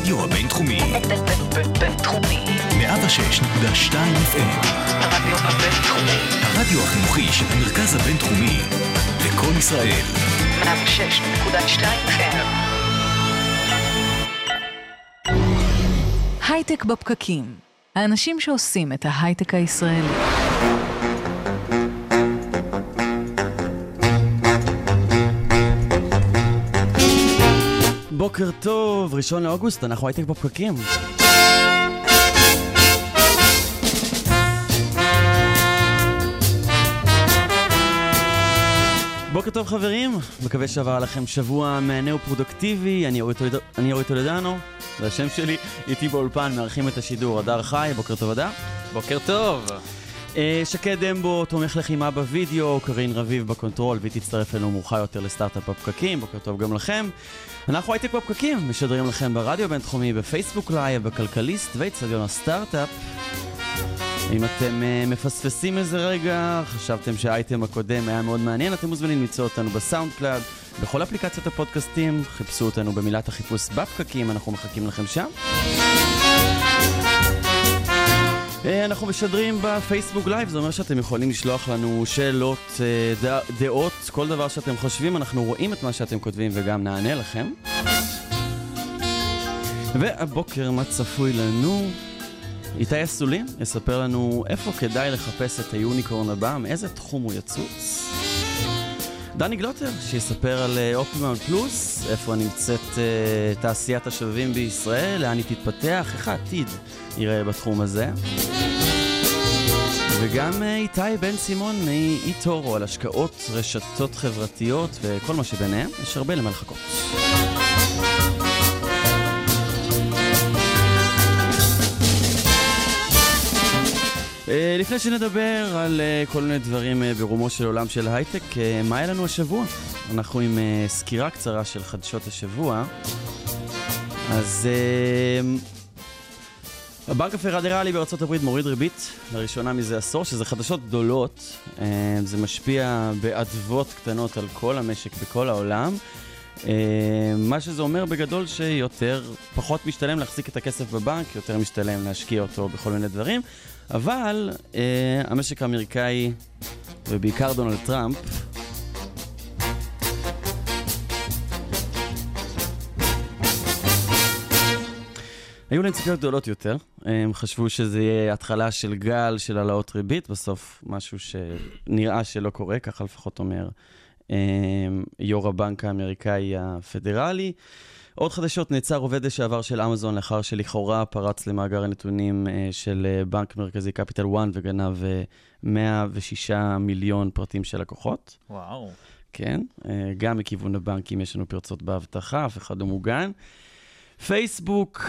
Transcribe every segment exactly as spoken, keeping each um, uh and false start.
הרדיו הבינתחומי. בינתחומי. מאה ושש נקודה שתיים אף אם. הרדיו הבינתחומי. הרדיו החינוכי של המרכז הבינתחומי. לקום ישראל. מאה ושש נקודה שתיים אף אם. הייטק בפקקים. האנשים שעושים את ההייטק הישראלי. בוקר טוב, ראשון לאוגוסט, אנחנו הייטק בפקקים. בוקר טוב חברים, מקווה שעבר לכם שבוע מענה ופרודוקטיבי. אני אורי טולדנו, זה השם שלי, איתי באולפן, מארחים את השידור הדר חי. בוקר טוב הדר. בוקר טוב. שקד דמבו, תומך לחימה בווידאו, קרין רביב בקונטרול, והיא תצטרף אלינו מאוחר יותר לסטארט-אפ בפקקים. בוקר טוב גם לכם. אנחנו הייטק בפקקים, משדרים לכם ברדיו בינתחומי, בפייסבוק לייב, בכלכליסט ואצטדיון הסטארט-אפ. אם אתם uh, מפספסים איזה רגע, חשבתם שהאייטם הקודם היה מאוד מעניין, אתם מוזמנים למצוא אותנו בסאונד קלאוד, בכל אפליקציות הפודקאסטים, חיפשו אותנו במילת החיפוש בפקקים, אנחנו מחכים לכם שם. Uh, אנחנו משדרים בפייסבוק לייב, זה אומר שאתם יכולים לשלוח לנו שאלות, uh, דע, דעות, כל דבר שאתם חושבים, אנחנו רואים את מה שאתם כותבים וגם נענה לכם. והבוקר מה צפוי לנו? איתי אסולין יספר לנו איפה כדאי לחפש את היוניקורן הבא, מאיזה תחום הוא יצוץ. דני גלוטר שיספר על אופטימום פלוס, איפה נמצאת uh, תעשיית השבבים בישראל, לאן היא תתפתח, איך העתיד יראה בתחום הזה. וגם uh, איתי בן סימון מאיטורו על השקעות, רשתות חברתיות וכל מה שביניהם, יש הרבה למה לחכות. Uh, לפני שנדבר על uh, כל מיני דברים uh, ברומו של עולם של הייטק, uh, מה היה לנו השבוע? אנחנו עם uh, סקירה קצרה של חדשות השבוע. אז uh, הבנק הפדרלי בארצות הברית מוריד ריבית לראשונה מזה עשור, שזה חדשות גדולות. Uh, זה משפיע באדוות קטנות על כל המשק בכל העולם. Uh, מה שזה אומר בגדול שיותר, פחות משתלם להחזיק את הכסף בבנק, יותר משתלם להשקיע אותו בכל מיני דברים. אבל uh, המשק האמריקאי ובעיקר דונלד טראמפ היו להם ציפיות גדולות יותר. הם חשבו שזה יהיה התחלה של גל של העלאות ריבית, בסוף משהו שנראה שלא קורה, ככה לפחות אומר יו"ר הבנק האמריקאי הפדרלי. עוד חדשות, נעצר עובד לשעבר של אמזון לאחר שלכאורה פרץ למאגר הנתונים של בנק מרכזי קפיטל וואן וגנב מאה ושישה מיליון פרטים של לקוחות. וואו. כן, גם מכיוון הבנקים יש לנו פרצות בהבטחה, אף אחד לא מוגן. פייסבוק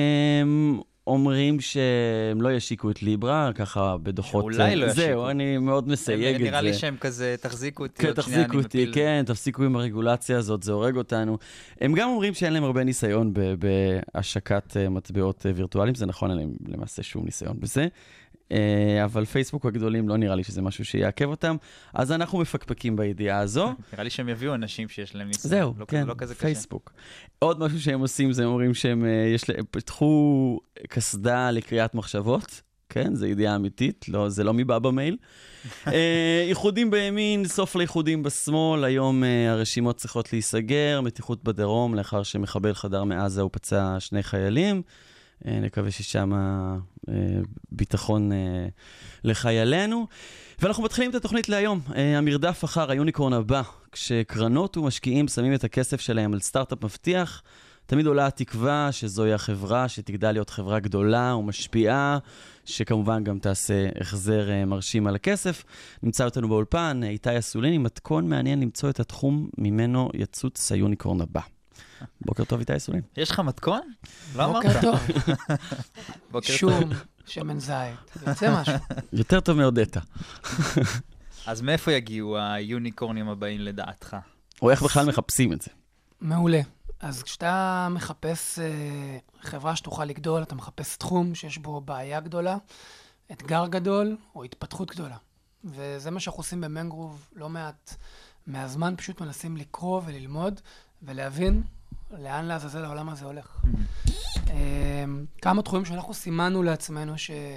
אומרים שהם לא ישיקו את ליברה, ככה בדוחות. אולי לא ישיקו. זהו, אני מאוד מסייג את זה. נראה לי שהם כזה, תחזיקו אותי. כן, תחזיקו אותי, כן, תפסיקו עם הרגולציה הזאת, זה הורג אותנו. הם גם אומרים שאין להם הרבה ניסיון בהשקת מטבעות וירטואליים, זה נכון, אין להם למעשה שום ניסיון בזה. אבל פייסבוק הגדולים לא נראה לי שזה משהו שיעכב אותם, אז אנחנו מפקפקים בידיעה הזו. נראה לי שהם יביאו אנשים שיש להם ניסיון. זהו, כן, פייסבוק. עוד משהו שהם עושים, זה אומרים שהם פתחו כסדה לקריאת מחשבות, כן, זה ידיעה אמיתית, זה לא מבאבא מייל. איחודים בימין, סוף לאיחודים בשמאל, היום הרשימות צריכות להיסגר, מתיחות בדרום, לאחר שמחבל חדר מעזה הוא פצע שני חיילים. נקווה ששם ביטחון לחיילינו. ואנחנו מתחילים את התוכנית להיום. המרדף אחר היוניקורן הבא, כשקרנות ומשקיעים שמים את הכסף שלהם על סטארט-אפ מבטיח, תמיד עולה התקווה שזוהי החברה שתגדל להיות חברה גדולה ומשפיעה, שכמובן גם תעשה החזר מרשים על הכסף. נמצא אותנו באולפן, איתי אסולין, עם מתכון מעניין למצוא את התחום ממנו יצוץ היוניקורן הבא. בוקר טוב, איתי אסולין. יש לך מתכון? לא אמרת. בוקר טוב. שום, שמן זית. יוצא משהו. יותר טוב מהודטה. אז מאיפה יגיעו היוניקורנים הבאים לדעתך? או איך בכלל מחפשים את זה? מעולה. אז כשאתה מחפש חברה שתוכל לגדול, אתה מחפש תחום שיש בו בעיה גדולה, אתגר גדול או התפתחות גדולה. וזה מה שאנחנו עושים במנגרוב לא מעט מהזמן, פשוט מנסים לקרוא וללמוד ולהבין לאן לעזאזל העולם הזה הולך. כמה תחומים שאנחנו סימנו לעצמנו,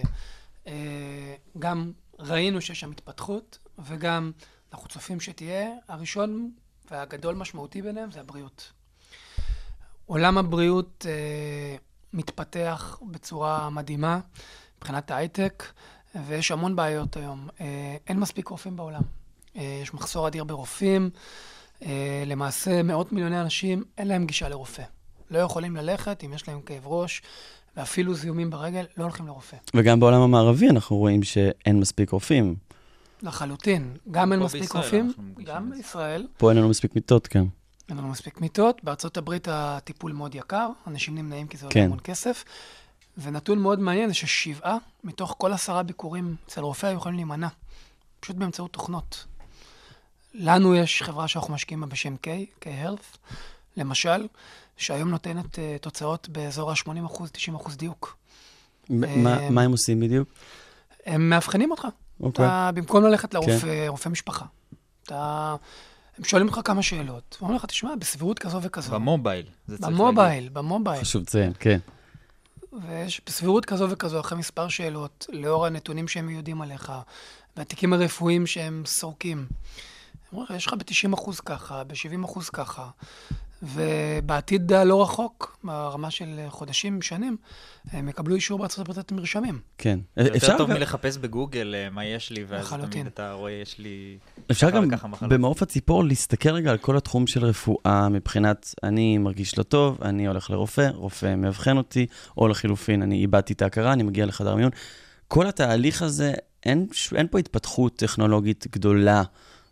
שגם ראינו שיש שם התפתחות, וגם אנחנו צופים שתהיה. הראשון והגדול משמעותי ביניהם זה הבריאות. עולם הבריאות אה, מתפתח בצורה מדהימה מבחינת ההייטק, ויש המון בעיות היום. אה, אין מספיק רופאים בעולם. אה, יש מחסור אדיר ברופאים. אה, למעשה מאות מיליוני אנשים אין להם גישה לרופא. לא יכולים ללכת אם יש להם כאב ראש, ואפילו זיהומים ברגל, לא הולכים לרופא. וגם בעולם המערבי אנחנו רואים שאין מספיק רופאים. לחלוטין. גם אין מספיק בישראל רופאים, אנחנו מרגישים גם את זה. בישראל. פה אין לנו מספיק מיטות, כן. אין לנו מספיק מיטות. בארצות הברית הטיפול מאוד יקר, אנשים נמנעים כי זה עולה כן. המון כסף. ונתון מאוד מעניין זה ששבעה מתוך כל עשרה ביקורים אצל רופא היו יכולים להימנע, פשוט באמצעות תוכנות. לנו יש חברה שאנחנו משקיעים בה בשם K, K-Health, למשל, שהיום נותנת uh, תוצאות באזור ה-שמונים אחוז, תשעים אחוז דיוק. מ- מה- מה הם עושים בדיוק? הם מאבחנים אותך. אוקיי. אתה, במקום ללכת לרופא, רופא משפחה, אתה, הם שואלים לך כמה שאלות, ואומרים לך, תשמע, בסבירות כזו וכזו. במובייל. זה צריך במובייל, במובייל. חשוב לציין, כן. ויש בסבירות כזו וכזו, אחרי מספר שאלות, לאור הנתונים שהם יודעים עליך, והתיקים הרפואיים שהם סורקים. אומרים לך, יש לך ב-תשעים אחוז ככה, ב-שבעים אחוז ככה, ובעתיד הלא רחוק, ברמה של חודשים, שנים, הם יקבלו אישור בארצות הברית את מרשמים. כן. זה אפשר יותר טוב גם- מלחפש בגוגל אה, מה יש לי, ואז לחלוטין. תמיד אתה רואה, יש לי... אפשר ככה גם וככה מחלות. במעוף הציפור להסתכל רגע על כל התחום של רפואה, מבחינת אני מרגיש לא טוב, אני הולך לרופא, רופא מאבחן אותי, או לחילופין, אני איבדתי את ההכרה, אני מגיע לחדר מיון. כל התהליך הזה, אין, אין פה התפתחות טכנולוגית גדולה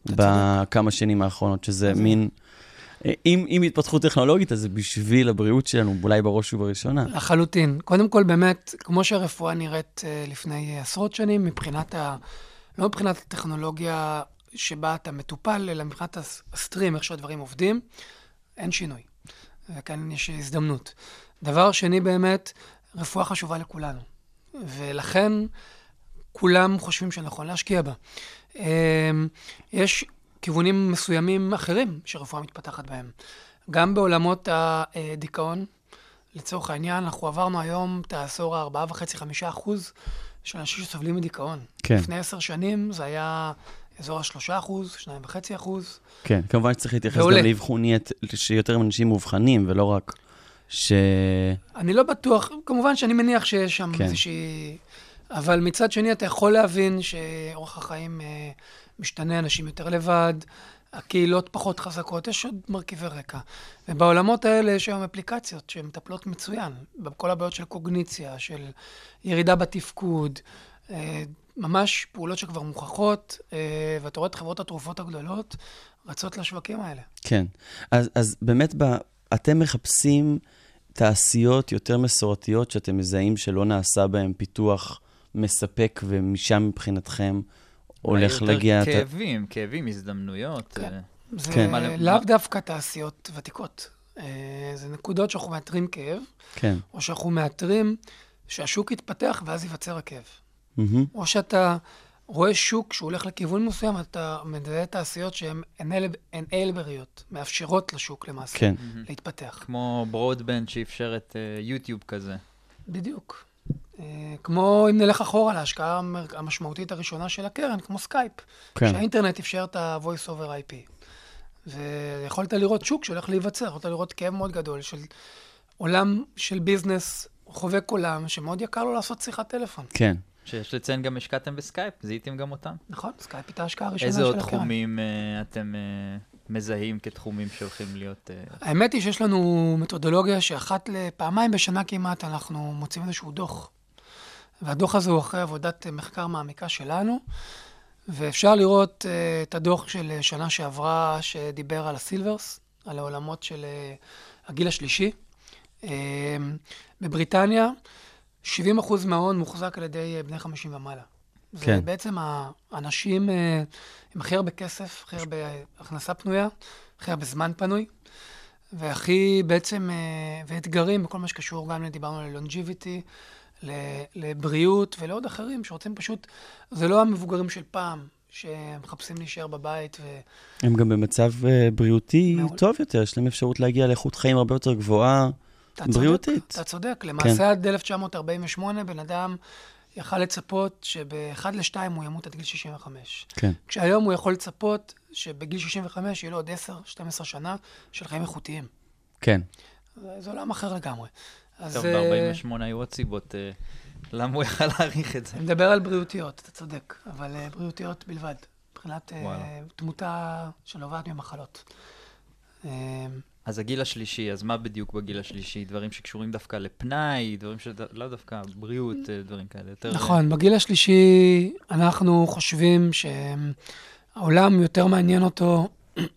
בכמה שנים האחרונות, שזה מין... אם, אם התפתחות טכנולוגית, אז זה בשביל הבריאות שלנו, אולי בראש ובראשונה. לחלוטין. קודם כל, באמת, כמו שהרפואה נראית uh, לפני עשרות שנים, מבחינת ה... לא מבחינת הטכנולוגיה שבה אתה מטופל, אלא מבחינת הס- הסטרים, איך שהדברים עובדים, אין שינוי. וכאן יש הזדמנות. דבר שני, באמת, רפואה חשובה לכולנו. ולכן, כולם חושבים שנכון להשקיע בה. Um, יש כיוונים מסוימים אחרים שרפואה מתפתחת בהם. גם בעולמות הדיכאון, לצורך העניין, אנחנו עברנו היום את העשור ה-ארבעה וחצי עד חמישה אחוז של אנשים שסובלים מדיכאון. כן. לפני עשר שנים זה היה אזור ה-שלושה אחוז, שניים וחצי אחוז. כן, כמובן שצריך להתייחס ועולה. גם לאבחונית, שיותר אנשים מאובחנים, ולא רק ש... אני לא בטוח, כמובן שאני מניח שיש שם כן. איזושהי... אבל מצד שני אתה יכול להבין שאורח החיים אה, משתנה, אנשים יותר לבד, הקהילות פחות חזקות, יש עוד מרכיבי רקע. ובעולמות האלה יש היום אפליקציות שמטפלות מצוין, בכל הבעיות של קוגניציה, של ירידה בתפקוד, אה, ממש פעולות שכבר מוכחות, אה, ואתה רואה את חברות התרופות הגדולות רצות לשווקים האלה. כן. אז, אז באמת, ב... אתם מחפשים תעשיות יותר מסורתיות, שאתם מזהים שלא נעשה בהם פיתוח מספק, ומשם מבחינתכם הולך להגיע... יותר כאבים, כאבים, הזדמנויות. כן. אה, זה כן. מה- לאו מה- דווקא תעשיות ותיקות. אה, זה נקודות שאנחנו מאתרים כאב, כן. או שאנחנו מאתרים שהשוק יתפתח ואז ייווצר הכאב. מהמם. או שאתה רואה שוק שהוא הולך לכיוון מסוים, אתה מזהה תעשיות שהן אנאלבריות, מאפשרות לשוק למעשה כן. להתפתח. כמו ברודבנד שאפשר את אה, יוטיוב כזה. בדיוק. אה, כמו אם נלך אחורה להשקעה המר- המשמעותית הראשונה של הקרן, כמו סקייפ, כן. שהאינטרנט אפשר את ה-voice over איי פי. ויכולת לראות שוק שהולך להיווצר, יכולת לראות כאב מאוד גדול של עולם של ביזנס, חובק עולם, שמאוד יקר לו לעשות שיחת טלפון. כן. שיש לציין גם השקעתם בסקייפ, זיהיתם גם אותם. נכון? סקייפ הייתה ההשקעה הראשונה איזה של עוד הקרן. תחומים אה, אתם אה, מזהים כתחומים שהולכים להיות... אה, האמת היא שיש לנו מתודולוגיה שאחת לפעמיים בשנה כמעט אנחנו מוצאים איזשהו דוח. והדוח הזה הוא אחרי עבודת מחקר מעמיקה שלנו, ואפשר לראות uh, את הדוח של שנה שעברה שדיבר על הסילברס, על העולמות של uh, הגיל השלישי. Uh, בבריטניה, שבעים אחוז מההון מוחזק על ידי uh, בני חמישים ומעלה. כן. זה בעצם האנשים uh, עם הכי הרבה כסף, הכי הרבה הכנסה פנויה, הכי הרבה זמן פנוי, והכי בעצם, uh, ואתגרים בכל מה שקשור, גם דיברנו על לונג'יביטי, לבריאות ולעוד אחרים שרוצים פשוט, זה לא המבוגרים של פעם, שמחפשים להישאר בבית. ו... הם גם במצב uh, בריאותי מאוד. טוב יותר, יש להם אפשרות להגיע לאיכות חיים הרבה יותר גבוהה, אתה צודק, בריאותית. אתה צודק. למעשה עד אלף תשע מאות ארבעים ושמונה בן אדם יכל לצפות שב-אחד לשתיים הוא ימות עד גיל שישים וחמש. כן. כשהיום הוא יכול לצפות שבגיל שישים וחמש יהיה לו עוד עשר שתים עשרה שנה של חיים איכותיים. כן. זה, זה עולם אחר לגמרי. אז, טוב, אה, ב-ארבעים ושמונה היו עוד סיבות. אה, למה הוא יכל להעריך את זה? אני מדבר על בריאותיות, אתה צודק, אבל אה, בריאותיות בלבד. מבחינת אה, וואלה. תמותה שנובעת ממחלות. אה, אז הגיל השלישי, אז מה בדיוק בגיל השלישי? דברים שקשורים דווקא לפנאי, דברים שלא דווקא בריאות, אה, דברים כאלה. יותר, נכון, בגיל השלישי אנחנו חושבים שהעולם יותר מעניין אותו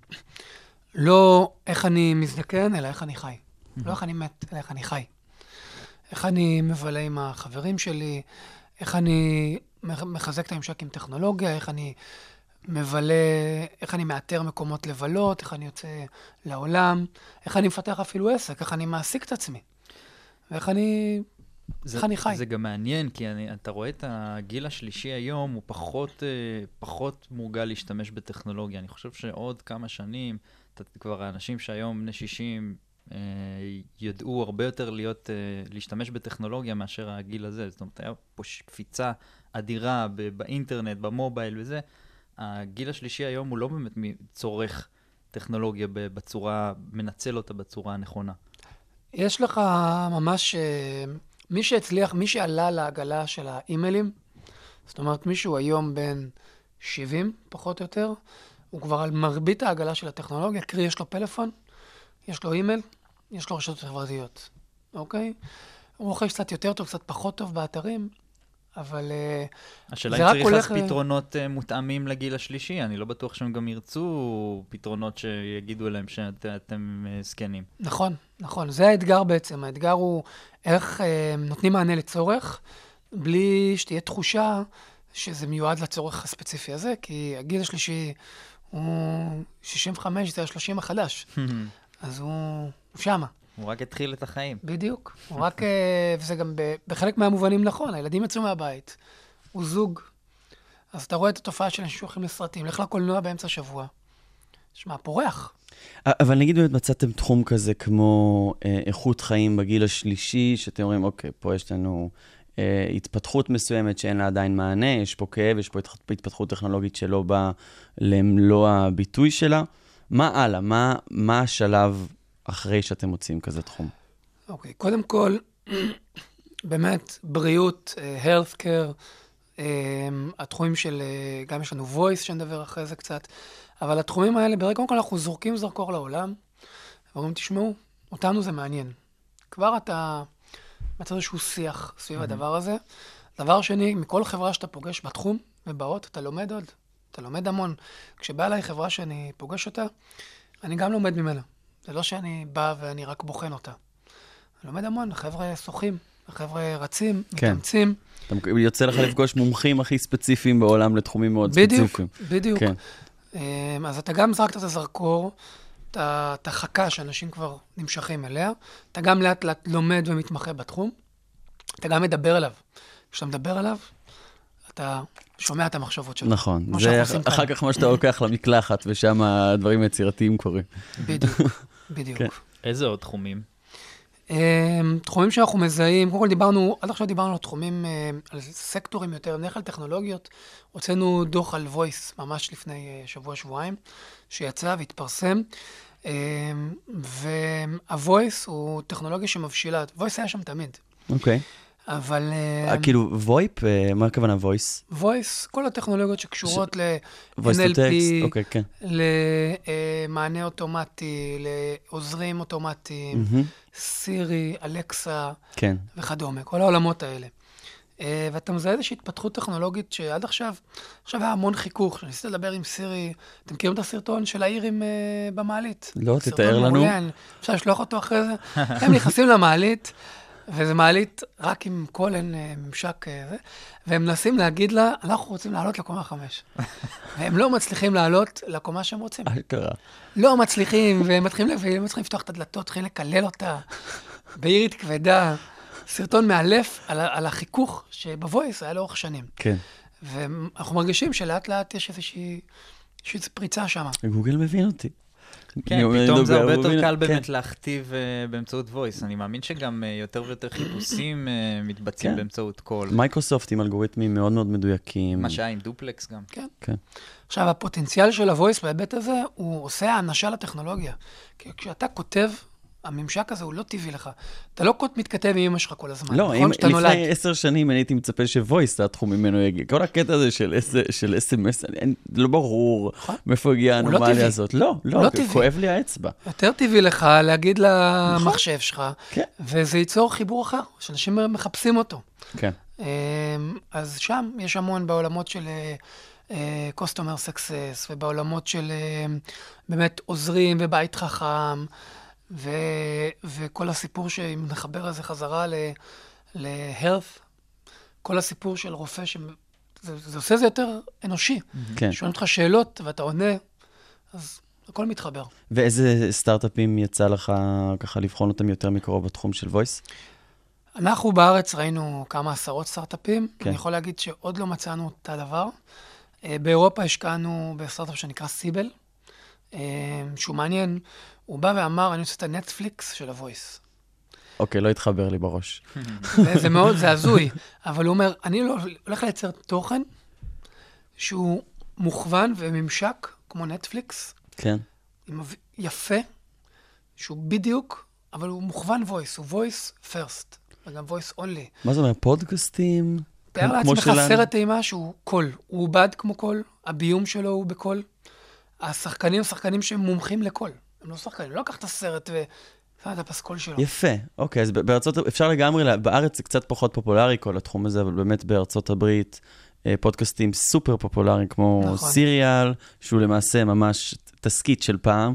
לא איך אני מזדקן, אלא איך אני חי. לא איך אני מת, אלא איך אני חי. איך אני מבלה עם החברים שלי, איך אני מחזק את הממשק עם טכנולוגיה, איך אני מבלה, איך אני מאתר מקומות לבלות, איך אני יוצא לעולם, איך אני מפתח אפילו עסק, איך אני מעסיק את עצמי. ואיך אני... זה, איך אני חי. זה גם מעניין, כי אני, אתה רואה את הגיל השלישי היום, הוא פחות, אה, פחות מורגל להשתמש בטכנולוגיה. אני חושב שעוד כמה שנים, אתה, כבר האנשים שהיום בני שישים, אה, ידעו הרבה יותר להיות, אה, להשתמש בטכנולוגיה מאשר הגיל הזה. זאת אומרת, היה פה קפיצה אדירה ב- באינטרנט, במובייל וזה. הגיל השלישי היום הוא לא באמת צורך טכנולוגיה בצורה, מנצל אותה בצורה הנכונה. יש לך ממש... מי שהצליח, מי שעלה לעגלה של האימיילים, זאת אומרת, מישהו היום בין שבעים, פחות או יותר, הוא כבר על מרבית העגלה של הטכנולוגיה, קרי, יש לו פלאפון, יש לו אימייל, יש לו רשתות חברתיות, אוקיי? הוא רוכש קצת יותר טוב, קצת פחות טוב באתרים, אבל השאלה זה אם רק צריך הולך... אז פתרונות uh, מותאמים לגיל השלישי, אני לא בטוח שהם גם ירצו פתרונות שיגידו אליהם שאתם uh, סקנים. נכון, נכון. זה האתגר בעצם. האתגר הוא איך אה, נותנים מענה לצורך, בלי שתהיה תחושה שזה מיועד לצורך הספציפי הזה, כי הגיל השלישי הוא שישים וחמש, זה ה-שלושים החדש. אז הוא, הוא שמה. הוא רק התחיל את החיים. בדיוק. הוא רק, אה, וזה גם ב, בחלק מהמובנים נכון, הילדים יצאו מהבית, הוא זוג. אז אתה רואה את התופעה של אנשים שהולכים לסרטים, לך לקולנוע באמצע השבוע. שמע, פורח. אבל נגיד באמת מצאתם תחום כזה כמו אה, איכות חיים בגיל השלישי, שאתם אומרים, אוקיי, פה יש לנו אה, התפתחות מסוימת שאין לה עדיין מענה, יש פה כאב, יש פה התפתחות טכנולוגית שלא באה למלוא הביטוי שלה. מה הלאה? מה, מה השלב אחרי שאתם מוצאים כזה תחום? אוקיי, קודם כל, באמת, בריאות, uh, health care, uh, התחומים של, uh, גם יש לנו voice שנדבר אחרי זה קצת, אבל התחומים האלה, ברגע קודם כל אנחנו זורקים זרקור לעולם, ואומרים, תשמעו, אותנו זה מעניין. כבר אתה מצא איזשהו שיח סביב mm-hmm. הדבר הזה. דבר שני, מכל חברה שאתה פוגש בתחום ובאות, אתה לומד עוד. אתה לומד המון. כשבאה אליי חברה שאני פוגש אותה, אני גם לומד ממנה. זה לא שאני בא ואני רק בוחן אותה. אני לומד המון, החבר'ה שוחים, החבר'ה רצים, כן. מתאמצים. אתה יוצא לך לפגוש מומחים הכי ספציפיים בעולם לתחומים מאוד בדיוק, ספציפיים. בדיוק. כן. אז אתה גם זרקת את הזרקור, אתה, אתה חכה שאנשים כבר נמשכים אליה, אתה גם לאט לאט לומד ומתמחה בתחום, אתה גם מדבר עליו. כשאתה מדבר עליו, אתה שומע את המחשבות שלו. נכון, זה אח, אחר כך מה שאתה לוקח למקלחת, ושם הדברים היצירתיים קורים. בדיוק, בדיוק. כן. איזה עוד תחומים? תחומים שאנחנו מזהים, קודם כל דיברנו, עד עכשיו דיברנו על תחומים, על סקטורים יותר, נלך על טכנולוגיות. הוצאנו דוח על voice ממש לפני שבוע-שבועיים, שיצא והתפרסם. וה-voice הוא טכנולוגיה שמבשילה. voice היה שם תמיד. אוקיי. אבל... כאילו, וויפ? מה הכוונה voice? voice, כל הטכנולוגיות שקשורות ל-אן voice אל to פי, text, אוקיי, כן. למענה אוטומטי, לעוזרים אוטומטיים, סירי, אלקסה וכדומה, כל העולמות האלה. ואתה מזהה איזושהי התפתחות טכנולוגית שעד עכשיו, עכשיו היה המון חיכוך, כשניסית לדבר עם סירי, אתם מכירים את הסרטון של האירים במעלית? לא, תתאר לנו. אפשר לשלוח אותו אחרי זה. הם נכנסים למעלית, וזה מעלית רק עם כל אין ממשק זה, והם מנסים להגיד לה, אנחנו רוצים לעלות לקומה חמש. והם לא מצליחים לעלות לקומה שהם רוצים. קרה. לא מצליחים, והם מתחילים והם צריכים לפתוח את הדלתות, צריכים לקלל אותה, בעירית כבדה. סרטון מאלף על, על החיכוך שבוויס היה לאורך שנים. כן. ואנחנו מרגישים שלאט לאט יש איזושהי, איזושהי פריצה שם. גוגל מבין אותי. כן, פתאום זה הרבה יותר קל באמת להכתיב באמצעות voice. אני מאמין שגם יותר ויותר חיפושים מתבצעים באמצעות קול. מייקרוסופט עם אלגוריתמים מאוד מאוד מדויקים. מה שהיה עם דופלקס גם. כן. עכשיו, הפוטנציאל של ה-voice בהיבט הזה, הוא עושה האנשה לטכנולוגיה. כי כשאתה כותב, הממשק הזה הוא לא טבעי לך. אתה לא מתכתב עם אמא שלך כל הזמן. לא, לפני עשר שנים אני הייתי מצפה שוויס, התחום ממנו יגיע. כל הקטע הזה של אס אם אס, לא ברור מאיפה הגיעה האנומליה הזאת. לא, לא, כואב לי האצבע. יותר טבעי לך להגיד למחשב שלך, וזה ייצור חיבור אחר, שאנשים מחפשים אותו. כן. אז שם יש המון בעולמות של customer success, ובעולמות של באמת עוזרים ובית חכם, ו- וכל הסיפור שאם נחבר את זה חזרה ל-health, כל הסיפור של רופא, ש- זה, זה עושה זה יותר אנושי. כן. שואלים אותך שאלות ואתה עונה, אז הכל מתחבר. ואיזה סטארט-אפים יצא לך ככה לבחון אותם יותר מקרוב בתחום של voice? אנחנו בארץ ראינו כמה עשרות סטארט-אפים. כן. אני יכול להגיד שעוד לא מצאנו את הדבר. באירופה השקענו בסטארט-אפ שנקרא סיבל, שהוא מעניין. הוא בא ואמר, אני עושה את הנטפליקס של הוויס. אוקיי, לא התחבר לי בראש. זה מאוד, זה הזוי. אבל הוא אומר, אני לא הולך לייצר תוכן שהוא מוכוון וממשק, כמו נטפליקס. כן. יפה, שהוא בדיוק, אבל הוא מוכוון וויס, הוא וויס פרסט, וגם וויס אונלי. מה זה אומר, פודקאסטים? תאר לעצמך סרט אימה שהוא קול, הוא עובד כמו קול, הביום שלו הוא בקול. השחקנים, שחקנים שהם מומחים לקול. הם לא שחקנים, לא לקח את הסרט ושם את הפסקול שלו. יפה, אוקיי, אז בארצות, אפשר לגמרי, בארץ זה קצת פחות פופולרי כל התחום הזה, אבל באמת בארצות הברית, פודקאסטים סופר פופולריים, כמו נכון. סיריאל, שהוא למעשה ממש תסקית של פעם.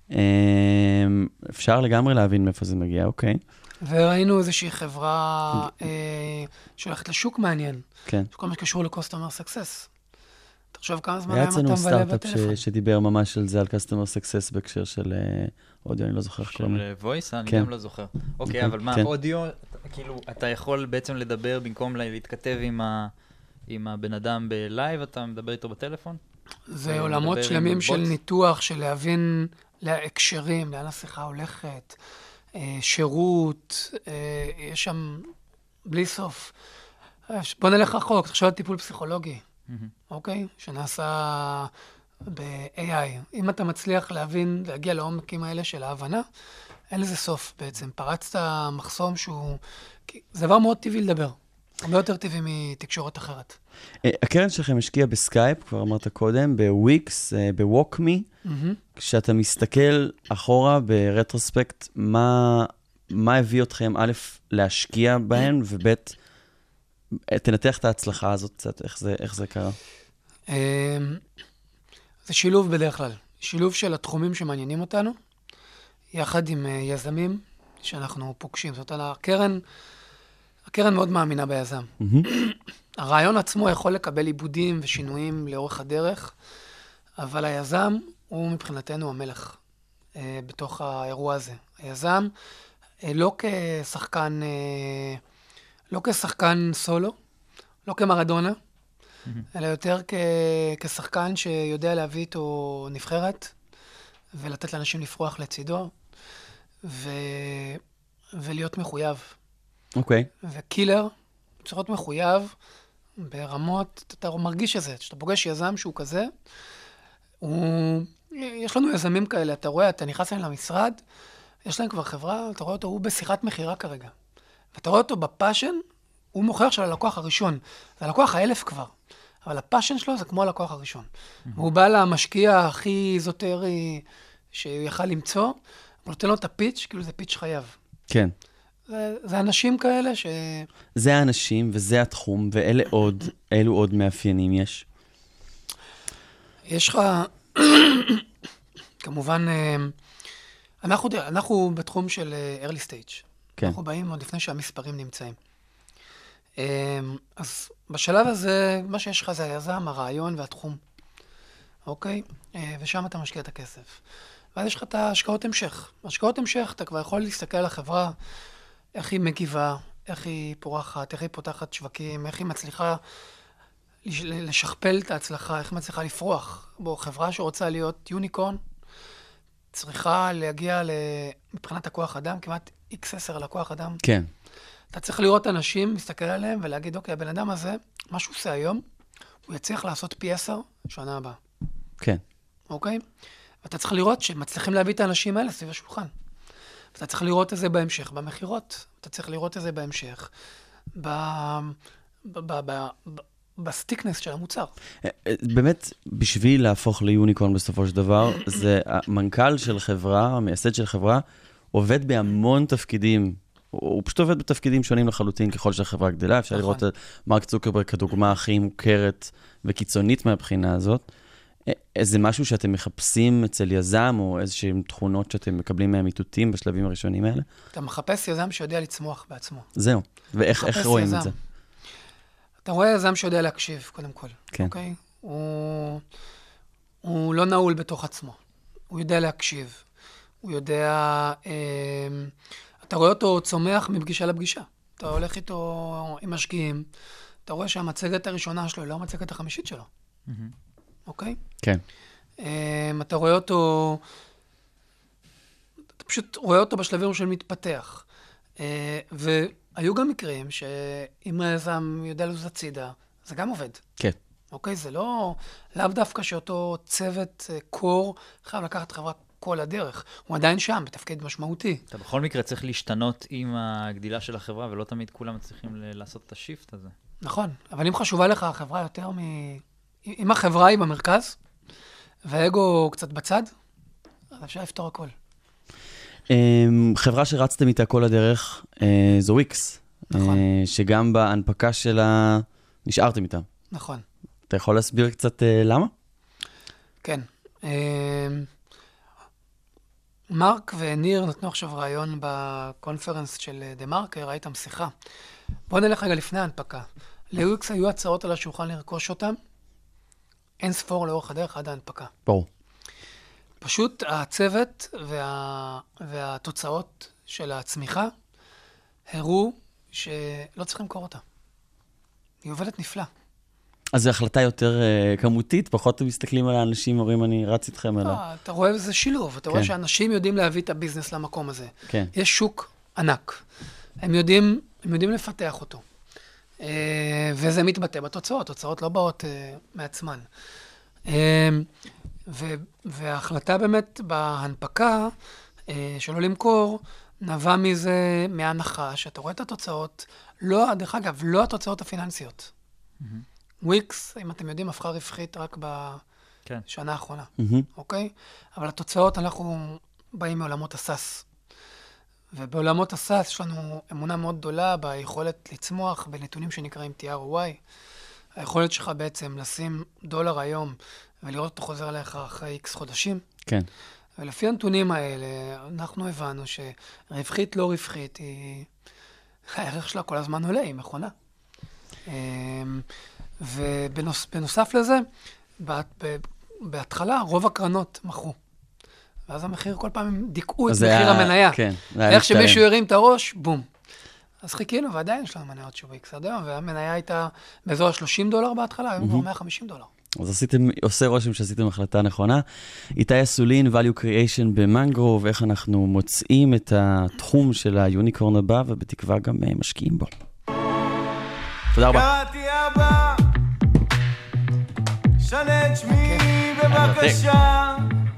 אפשר לגמרי להבין מאיפה זה מגיע, אוקיי. וראינו איזושהי חברה אה, שהולכת לשוק מעניין. כן. שכל מה שקשור ל-Customer Success. תחשוב כמה זמן היה אתה מבלה בטלפון. אצלנו סטארט-אפ שדיבר ממש על זה, על Customer Success בהקשר של אודיו, אני לא זוכר. של voice? אני גם לא זוכר. אוקיי, אבל מה, אודיו, כאילו, אתה יכול בעצם לדבר במקום להתכתב עם הבן אדם בלייב, אתה מדבר איתו בטלפון? זה עולמות שלמים של ניתוח, של להבין להקשרים, לאן השיחה הולכת, שירות, יש שם בלי סוף. בוא נלך רחוק, תחשוב על טיפול פסיכולוגי. אוקיי? שנעשה ב-איי איי. אם אתה מצליח להבין, להגיע לעומקים האלה של ההבנה, אין לזה סוף בעצם. פרצת מחסום שהוא... זה דבר מאוד טבעי לדבר. הרבה יותר טבעי מתקשורת אחרת. הקרן שלכם השקיעה בסקייפ, כבר אמרת קודם, בוויקס, בווקמי. כשאתה מסתכל אחורה ברטרוספקט, מה, מה הביא אתכם, א', להשקיע בהן, וב', תנתח את ההצלחה הזאת קצת, איך זה, איך זה קרה? זה שילוב בדרך כלל. שילוב של התחומים שמעניינים אותנו, יחד עם יזמים שאנחנו פוגשים. זאת אומרת, הקרן, הקרן מאוד מאמינה ביזם. הרעיון עצמו יכול לקבל עיבודים ושינויים לאורך הדרך, אבל היזם הוא מבחינתנו המלך בתוך האירוע הזה. היזם לא כשחקן... לא כשחקן סולו, לא כמרדונה, mm-hmm. אלא יותר כ... כשחקן שיודע להביא איתו נבחרת, ולתת לאנשים לפרוח לצידו, ו... ולהיות מחויב. אוקיי. Okay. וקילר, צריך להיות מחויב ברמות, אתה מרגיש את זה, כשאתה פוגש יזם שהוא כזה, הוא... יש לנו יזמים כאלה, אתה רואה, אתה נכנס להם למשרד, יש להם כבר חברה, אתה רואה אותו, הוא בשיחת מחירה כרגע. ואתה רואה אותו בפאשן, הוא מוכר עכשיו ללקוח הראשון. זה הלקוח האלף כבר. אבל הפאשן שלו זה כמו הלקוח הראשון. Mm-hmm. והוא בא למשקיע הכי איזוטרי שהוא יכל למצוא, הוא נותן לו את הפיץ', כאילו זה פיץ' חייב. כן. זה, זה אנשים כאלה ש... זה האנשים וזה התחום, ואלה עוד, אלו עוד מאפיינים יש? יש לך... כמובן, אנחנו, אנחנו בתחום של early stage. כן. אנחנו באים עוד לפני שהמספרים נמצאים. אז בשלב הזה, מה שיש לך זה היזם, הרעיון והתחום. אוקיי? ושם אתה משקיע את הכסף. ואז יש לך את ההשקעות המשך. השקעות המשך, אתה כבר יכול להסתכל על החברה, איך היא מגיבה, איך היא פורחת, איך היא פותחת שווקים, איך היא מצליחה לשכפל את ההצלחה, איך היא מצליחה לפרוח. בו חברה שרוצה להיות יוניקורן, צריכה להגיע מבחינת הכוח אדם, כמעט איקס עשר לכוח אדם. כן. אתה צריך לראות אנשים, להסתכל עליהם ולהגיד, אוקיי, הבן אדם הזה, מה שהוא עושה היום, הוא יצליח לעשות פי עשר שנה הבאה. כן. אוקיי? ואתה צריך לראות שמצליחים להביא את האנשים האלה סביב השולחן. אתה צריך לראות את זה בהמשך, במחירות. אתה צריך לראות את זה בהמשך, ב... ב... ב... ב... ב... בסטיקנס של המוצר. באמת, בשביל להפוך ליוניקורן בסופו של דבר, זה המנכ"ל של חברה, המייסד של חברה, עובד בהמון תפקידים. הוא פשוט עובד בתפקידים שונים לחלוטין ככל שהחברה גדלה. אפשר לראות את מרק צוקרברג כדוגמה הכי מוכרת וקיצונית מהבחינה הזאת. איזה משהו שאתם מחפשים אצל יזם, או איזשהם תכונות שאתם מקבלים מהם איתותים בשלבים הראשונים האלה? אתה מחפש יזם שיודע לצמוח בעצמו. זהו. ואיך רואים יזם. את זה? אתה רואה יזם שיודע להקשיב, קודם כל. כן. אוקיי? הוא, הוא לא נעול בתוך עצמו. הוא יודע להקשיב. הוא יודע... אה, אתה רואה אותו צומח מפגישה לפגישה. אתה הולך איתו עם משקיעים. אתה רואה שהמצגת הראשונה שלו היא לא המצגת החמישית שלו. Mm-hmm. אוקיי? כן. אה, אתה רואה אותו... אתה פשוט רואה אותו בשלבים של מתפתח. אה, ו... היו גם מקרים שאם היזם יודע לזוז הצידה, זה גם עובד. כן. אוקיי? זה לא... לאו דווקא שאותו צוות קור חייב לקחת חברה כל הדרך. הוא עדיין שם, בתפקיד משמעותי. אתה בכל מקרה צריך להשתנות עם הגדילה של החברה, ולא תמיד כולם צריכים לעשות את השיפט הזה. נכון. אבל אם חשובה לך החברה יותר מ... אם החברה היא במרכז, והאגו קצת בצד, אז אפשר לפתור הכל. חברה שרצתם איתה כל הדרך, זו וויקס. נכון. שגם בהנפקה שלה נשארתם איתה. נכון. אתה יכול להסביר קצת למה? כן. מרק וניר נתנו עכשיו רעיון בקונפרנס של דה מרקר, הייתם שיחה. בואו נלך רגע לפני ההנפקה. לוויקס היו הצעות על השולחן לרכוש אותם, אין ספור לאורך הדרך עד ההנפקה. ברור. פשוט הצוות וה... והתוצאות של הצמיחה הראו שלא צריכים למכור אותה. היא עובדת נפלא. אז זו החלטה יותר uh, כמותית, פחות מסתכלים על האנשים, אומרים אני רץ איתכם אליה. לא, אתה רואה איזה שילוב, אתה כן. רואה שאנשים יודעים להביא את הביזנס למקום הזה. כן. יש שוק ענק. הם יודעים, הם יודעים לפתח אותו. Uh, וזה מתבטא בתוצאות, תוצאות לא באות uh, מעצמן. Uh, ו- וההחלטה באמת בהנפקה אה, שלא למכור, נבע מזה מההנחה, שאתה רואה את התוצאות, לא, דרך אגב, לא התוצאות הפיננסיות. וויקס, mm-hmm. אם אתם יודעים, הפכה רווחית רק בשנה כן. האחרונה, mm-hmm. אוקיי? אבל התוצאות, אנחנו באים מעולמות הסאס. ובעולמות הסאס יש לנו אמונה מאוד גדולה ביכולת לצמוח בנתונים שנקראים טי אר או וואי. היכולת שלך בעצם לשים דולר היום, ולראות אותו חוזר אליך אחרי איקס חודשים. כן. ולפי הנתונים האלה, אנחנו הבנו שרווחית לא רווחית, היא... הערך שלה כל הזמן עולה, היא מכונה. ובנוסף לזה, בהתחלה רוב הקרנות מכרו. ואז המחיר כל פעם דיכאו את מחיר היה... המניה. כן. איך שמישהו ירים את הראש, בום. אז חיכינו, ועדיין יש לנו מניות של וויקס עד היום, והמניה הייתה באזור ה-שלושים דולר בהתחלה, היום כבר מאה וחמישים דולר. אז עשיתם, עושה רושם שעשיתם החלטה נכונה. איתי אסולין, value creation במנגרוב, ואיך אנחנו מוצאים את התחום של היוניקורן הבא, ובתקווה גם משקיעים בו. תודה רבה. קראתי אבא, שנה את שמי בבקשה.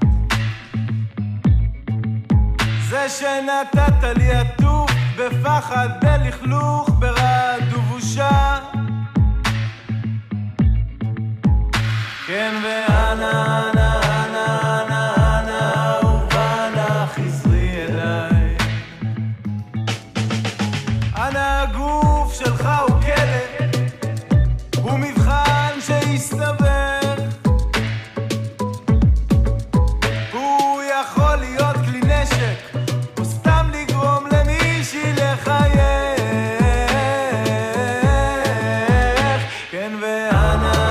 זה שנתת לי עטוף בפחד, בלכלוך, ברעד ובושה. כן ואנה, אנה, אנה, אנה, אנה, ובנה חזרי אליי. אנה הגוף שלך הוא כלב, הוא מבחן שיסתבר. הוא יכול להיות כלי נשק, הוא סתם לגרום למישהי לחייך. כן ואנה,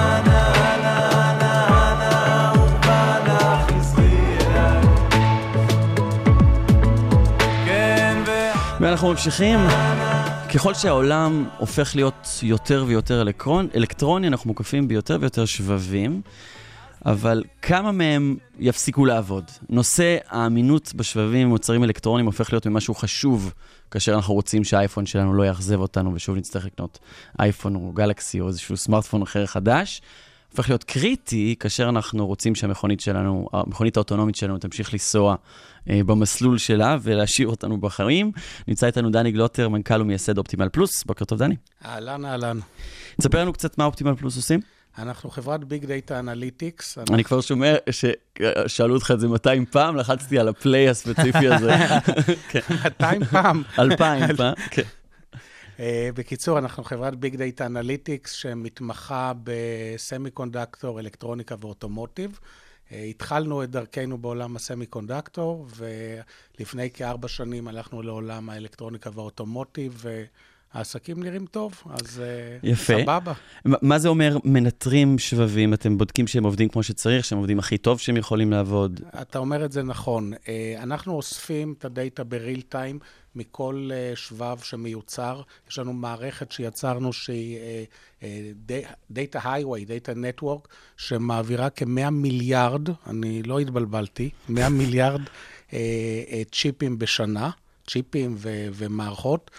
ואנחנו ממשיכים. ככל שהעולם הופך להיות יותר ויותר אלקטרון, אלקטרוני, אנחנו מוקפים ביותר ויותר שבבים. אבל כמה מהם יפסיקו לעבוד? נושא האמינות בשבבים ומוצרים אלקטרוניים הופך להיות ממשהו חשוב, כאשר אנחנו רוצים שהאייפון שלנו לא יאכזב אותנו, ושוב נצטרך לקנות אייפון או גלקסי או איזשהו סמארטפון אחר חדש. הופך להיות קריטי, כאשר אנחנו רוצים שהמכונית שלנו, המכונית האוטונומית שלנו תמשיך לנסוע אה, במסלול שלה, ולהשאיר אותנו בחיים. נמצא איתנו דני גלוטר, מנכ"ל ומייסד אופטימל פלוס. בוקר טוב, דני. אהלן, אהלן. תספר לנו קצת מה אופטימל פלוס עושים. אנחנו חברת ביג דאטה אנליטיקס. אני כבר שומע ששאלו אותך את זה מאתיים פעם, לחצתי על הפליי הספציפי הזה. מאתיים פעם. אלפיים פעם, כן. בקיצור, אנחנו חברת ביג דאטה אנליטיקס שמתמחה בסמי קונדקטור, אלקטרוניקה ואוטומוטיב. התחלנו את דרכנו בעולם הסמי קונדקטור, ולפני כארבע שנים הלכנו לעולם האלקטרוניקה והאוטומוטיב, העסקים נראים טוב, אז יפה. סבבה. מה זה אומר מנטרים שבבים? אתם בודקים שהם עובדים כמו שצריך, שהם עובדים הכי טוב שהם יכולים לעבוד? אתה אומר את זה נכון. אנחנו אוספים את הדאטה בריל טיים מכל שבב שמיוצר. יש לנו מערכת שיצרנו שהיא דאטה היווי, דאטה נטוורק, שמעבירה כ-מאה מיליארד, אני לא התבלבלתי, מאה מיליארד צ'יפים בשנה. צ'יפים ו- ומערכות,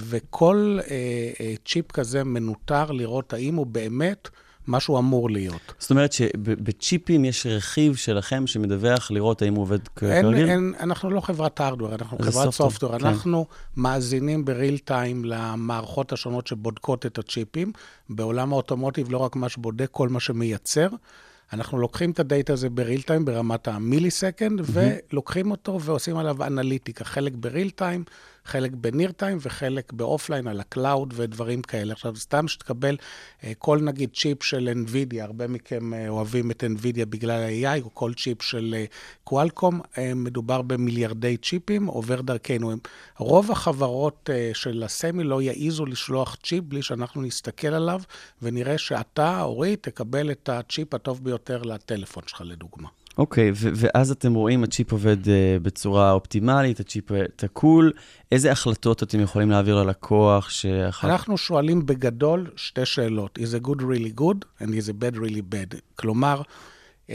וכל אה, אה, צ'יפ כזה מנותר לראות האם הוא באמת משהו אמור להיות. זאת אומרת שבצ'יפים יש רכיב שלכם שמדווח לראות האם הוא עובד כרגיל? אין, אין, אנחנו לא חברת הארדוור, אנחנו חברת סופטוור. כן. אנחנו מאזינים בריל טיים למערכות השונות שבודקות את הצ'יפים. בעולם האוטומוטיב לא רק מה שבודק, כל מה שמייצר. אנחנו לוקחים את הדאטה הזה בריל טיים ברמת המילי סקנד, mm-hmm. ולוקחים אותו ועושים עליו אנליטיקה, חלק בריל טיים, חלק בניר טיים וחלק באופליין על הקלאוד ודברים כאלה. עכשיו, סתם שתקבל כל נגיד צ'יפ של NVIDIA, הרבה מכם אוהבים את NVIDIA בגלל ה-איי איי, או כל צ'יפ של קואלקום, מדובר במיליארדי צ'יפים, עובר דרכנו. רוב החברות של הסמי לא יעיזו לשלוח צ'יפ בלי שאנחנו נסתכל עליו, ונראה שאתה, אורי, תקבל את הצ'יפ הטוב ביותר לטלפון שלך, לדוגמה. אוקיי, ו- ואז אתם רואים, הצ'יפ עובד uh, בצורה אופטימלית, הצ'יפ תקול, איזה החלטות אתם יכולים להעביר ללקוח? שאחר... אנחנו שואלים בגדול שתי שאלות, is a good really good, and is a bad really bad. כלומר, uh,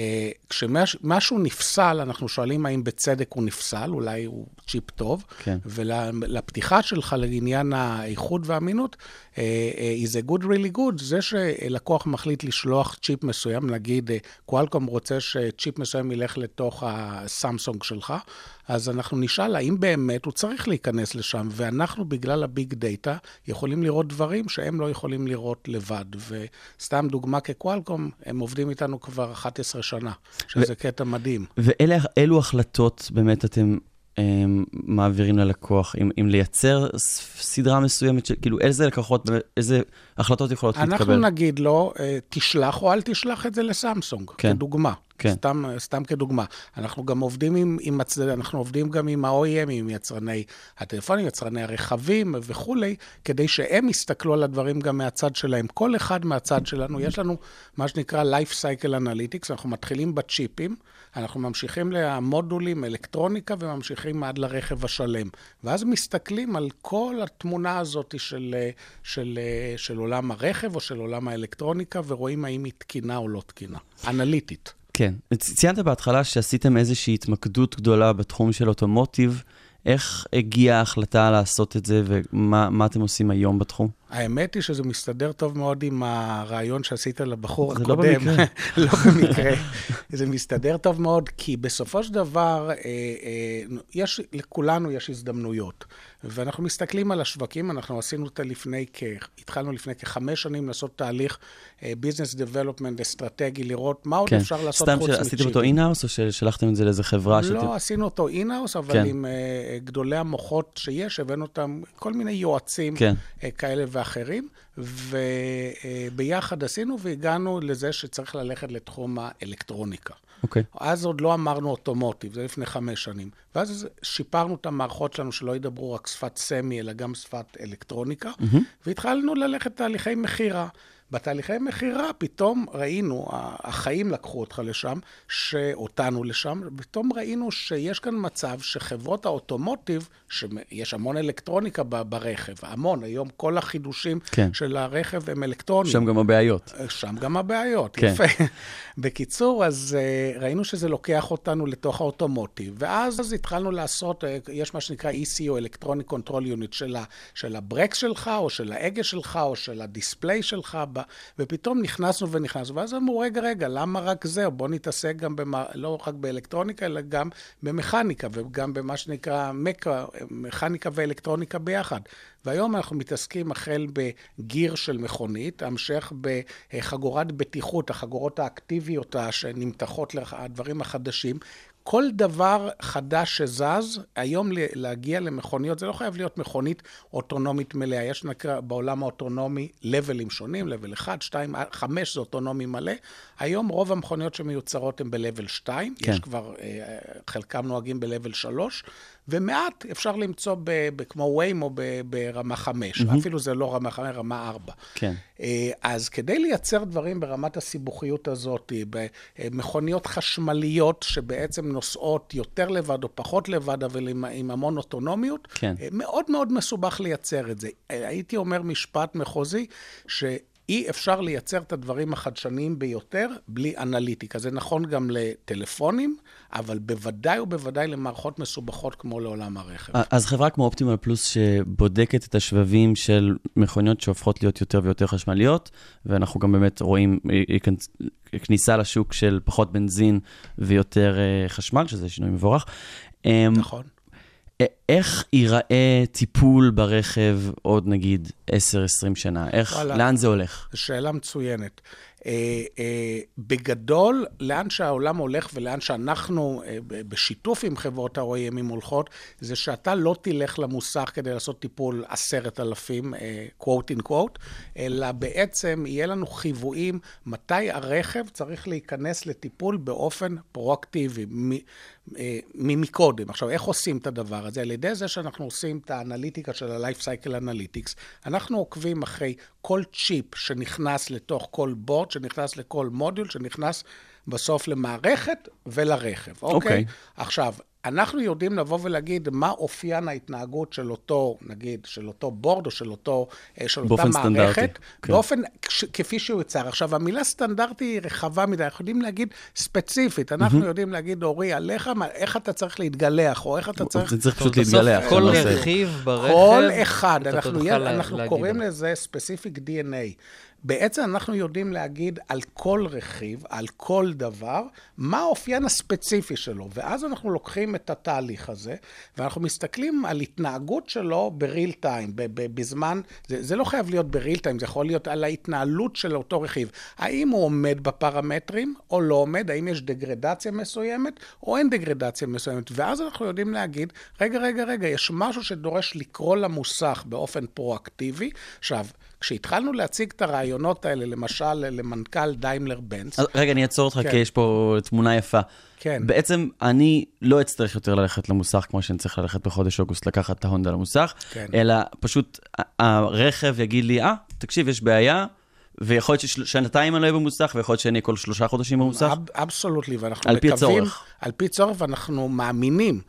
כשמשהו נפסל, אנחנו שואלים האם בצדק הוא נפסל, אולי הוא צ'יפ טוב, כן. ולפתיחה שלך לעניין האיכות והאמינות, uh, uh, is a good really good, זה שלקוח מחליט לשלוח צ'יפ מסוים, נגיד, קואלקום רוצה שצ'יפ מסוים ילך לתוך הסמסונג שלך, אז אנחנו נשאל האם באמת הוא צריך להיכנס לשם, ואנחנו בגלל הביג דאטה יכולים לראות דברים שהם לא יכולים לראות לבד, וסתם דוגמה כקואלקום, הם עובדים איתנו כבר אחת עשרה שנה, שזה ו- קטע מדהים. ואילו החלטות באמת אתם הם, מעבירים ללקוח, אם, אם לייצר סדרה מסוימת, ש, כאילו איזה לקוחות, איזה החלטות יכולות אנחנו להתקבל? אנחנו נגיד לו, תשלח או אל תשלח את זה לסמסונג, כן. כדוגמה. כן. סתם, סתם כדוגמה. אנחנו גם עובדים עם, עם הצדד, אנחנו עובדים גם עם ה-או אי אם, עם יצרני הטלפונים, יצרני הרכבים וכולי, כדי שהם יסתכלו על הדברים גם מהצד שלהם. כל אחד מהצד שלנו, יש לנו מה שנקרא Life Cycle Analytics, אנחנו מתחילים בצ'יפים, אנחנו ממשיכים למודולים, אלקטרוניקה, וממשיכים עד לרכב השלם. ואז מסתכלים על כל התמונה הזאת של, של, של עולם הרכב או של עולם האלקטרוניקה, ורואים האם היא תקינה או לא תקינה. אנליטית. כן. ציינת בהתחלה שעשיתם איזושהי התמקדות גדולה בתחום של אוטומוטיב. איך הגיעה ההחלטה לעשות את זה, ומה מה אתם עושים היום בתחום? האמת היא שזה מסתדר טוב מאוד עם הרעיון שעשית לבחור זה הקודם. לא במקרה. לא במקרה. זה מסתדר טוב מאוד, כי בסופו של דבר, אה, אה, יש, לכולנו יש הזדמנויות. ואנחנו מסתכלים על השווקים, אנחנו עשינו אותה לפני כ... התחלנו לפני כחמש שנים לעשות תהליך ביזנס דבלופמנט אסטרטגי, לראות מה עוד כן. אפשר לעשות חוץ מצ'יפים. סתם שעשיתם אותו אינהאוס, או ששלחתם את זה לאיזה חברה? לא, שאתם... עשינו אותו אינהאוס, אבל כן. עם uh, גדולי המוחות שיש, הבאנו אותם כל מיני יועצים כן. uh, כאלה ואחרים, וביחד uh, עשינו והגענו לזה שצריך ללכת לתחום האלקטרוניקה. Okay. אז עוד לא אמרנו אוטומוטיב, זה לפני חמש שנים. ואז שיפרנו את המערכות שלנו שלא ידברו רק שפת סמי, אלא גם שפת אלקטרוניקה, mm-hmm. והתחלנו ללכת תהליכי מחירה. בתהליכי מחירה פתאום ראינו, החיים לקחו אותך לשם, שאותנו לשם, פתאום ראינו שיש כאן מצב שחברות האוטומוטיב, שיש המון אלקטרוניקה ברכב, המון, היום כל החידושים כן. של הרכב הם אלקטרוניים. שם גם הבעיות. שם גם הבעיות, כן. יפה. בקיצור, אז ראינו שזה לוקח אותנו לתוך האוטומוטיב, ואז אז התחלנו לעשות, יש מה שנקרא E C U, Electronic Control Unit, של, ה, של הברקס שלך, או של ההגה שלך, או של הדיספליי שלך, ופתאום נכנסנו ונכנסנו, ואז אמרו, רגע, רגע, למה רק זה? בוא נתעסק גם, במה, לא רק באלקטרוניקה, אלא גם במכניקה, וגם במה שנקרא מקה, מכניקה ואלקטרוניקה ביחד. והיום אנחנו מתעסקים החל בגיר של מכונית, המשך בחגורת בטיחות, החגורות האקטיביות שנמתחות לדברים החדשים. כל דבר חדש שזז, היום להגיע למכוניות, זה לא חייב להיות מכונית אוטונומית מלאה. יש נקרא בעולם האוטונומי לבלים שונים, לבל אחד, שתיים, חמש זה אוטונומי מלא. היום רוב המכוניות שמיוצרות הן בלבל שתיים, כן. יש כבר, חלקם נוהגים בלבל שלוש, ומעט אפשר למצוא ב, ב, כמו ויימו ב, ברמה חמש, mm-hmm. אפילו זה לא רמה חמש, רמה ארבע. כן. אז כדי לייצר דברים ברמת הסיבוכיות הזאת, במכוניות חשמליות שבעצם נוסעות יותר לבד או פחות לבד, אבל עם, עם המון אוטונומיות, כן. מאוד מאוד מסובך לייצר את זה. הייתי אומר משפט מחוזי, ש... אי אפשר לייצר את הדברים החדשניים ביותר בלי אנליטיקה. זה נכון גם לטלפונים, אבל בוודאי ובוודאי למערכות מסובכות כמו לעולם הרכב. אז חברה כמו אופטימל פלוס שבודקת את השבבים של מכוניות שהופכות להיות יותר ויותר חשמליות, ואנחנו גם באמת רואים כניסה לשוק של פחות בנזין ויותר חשמל, שזה שינוי מבורך. נכון. איך ייראה טיפול ברכב עוד נגיד עשר עשרים שנה? איך, לאן זה הולך? שאלה מצוינת. אה, אה, בגדול, לאן שהעולם הולך ולאן שאנחנו אה, בשיתוף עם חברות ה-או-אי-אם הולכות, זה שאתה לא תלך למוסך כדי לעשות טיפול עשרת אלפים, אה, quote in quote, אלא בעצם יהיה לנו חיוויים מתי הרכב צריך להיכנס לטיפול באופן פרואקטיבי, מ, אה, ממקודם. עכשיו, איך עושים את הדבר הזה? על ידי זה שאנחנו עושים את האנליטיקה של ה-Life Cycle Analytics, אנחנו עוקבים אחרי כל צ'יפ שנכנס לתוך כל בורד, שנכנס לכל מודיול, שנכנס בסוף למערכת ולרכב. אוקיי? Okay. עכשיו, אנחנו יודעים לבוא ולהגיד מה אופיין ההתנהגות של אותו, נגיד, של אותו בורד או של אותו, של אותה מערכת, באופן כפי שהוא יוצר. עכשיו, המילה סטנדרטי היא רחבה מדי, אנחנו יודעים להגיד ספציפית, אנחנו יודעים להגיד, אורי, עליך, איך אתה צריך להתגלח, או איך אתה צריך... זה צריך פשוט להתגלח. כל רכיב ברכב... כל אחד, אנחנו קוראים לזה ספציפיק די אן איי. בעצם אנחנו יודעים להגיד על כל רכיב, על כל דבר, מה האופיין הספציפי שלו. ואז אנחנו לוקחים את התהליך הזה, ואנחנו מסתכלים על התנהגות שלו בריל טיים, בזמן, זה, זה לא חייב להיות בריל טיים, זה יכול להיות על ההתנהלות של אותו רכיב. האם הוא עומד בפרמטרים או לא עומד, האם יש דגרדציה מסוימת או אין דגרדציה מסוימת. ואז אנחנו יודעים להגיד, רגע, רגע, רגע, יש משהו שדורש לקרוא למוסך באופן פרואקטיבי. עכשיו, כשהתחלנו להציג את הרעיונות האלה, למשל למנכ"ל דיימלר בנץ... רגע, אני אעצור אותך, כן. כי יש פה תמונה יפה. כן. בעצם אני לא אצטרך יותר ללכת למוסך, כמו שאני צריך ללכת בחודש אוגוסט, לקחת את ההונדה למוסך, כן. אלא פשוט הרכב יגיד לי, אה, תקשיב, יש בעיה, ויכול להיות ששנתיים אני לא אהיה במוסך, ויכול להיות שאני כל שלושה חודשים במוסך. אבסולוטלי, ואנחנו על מקווים... פי צורך. על פי צורך, ואנחנו מאמינים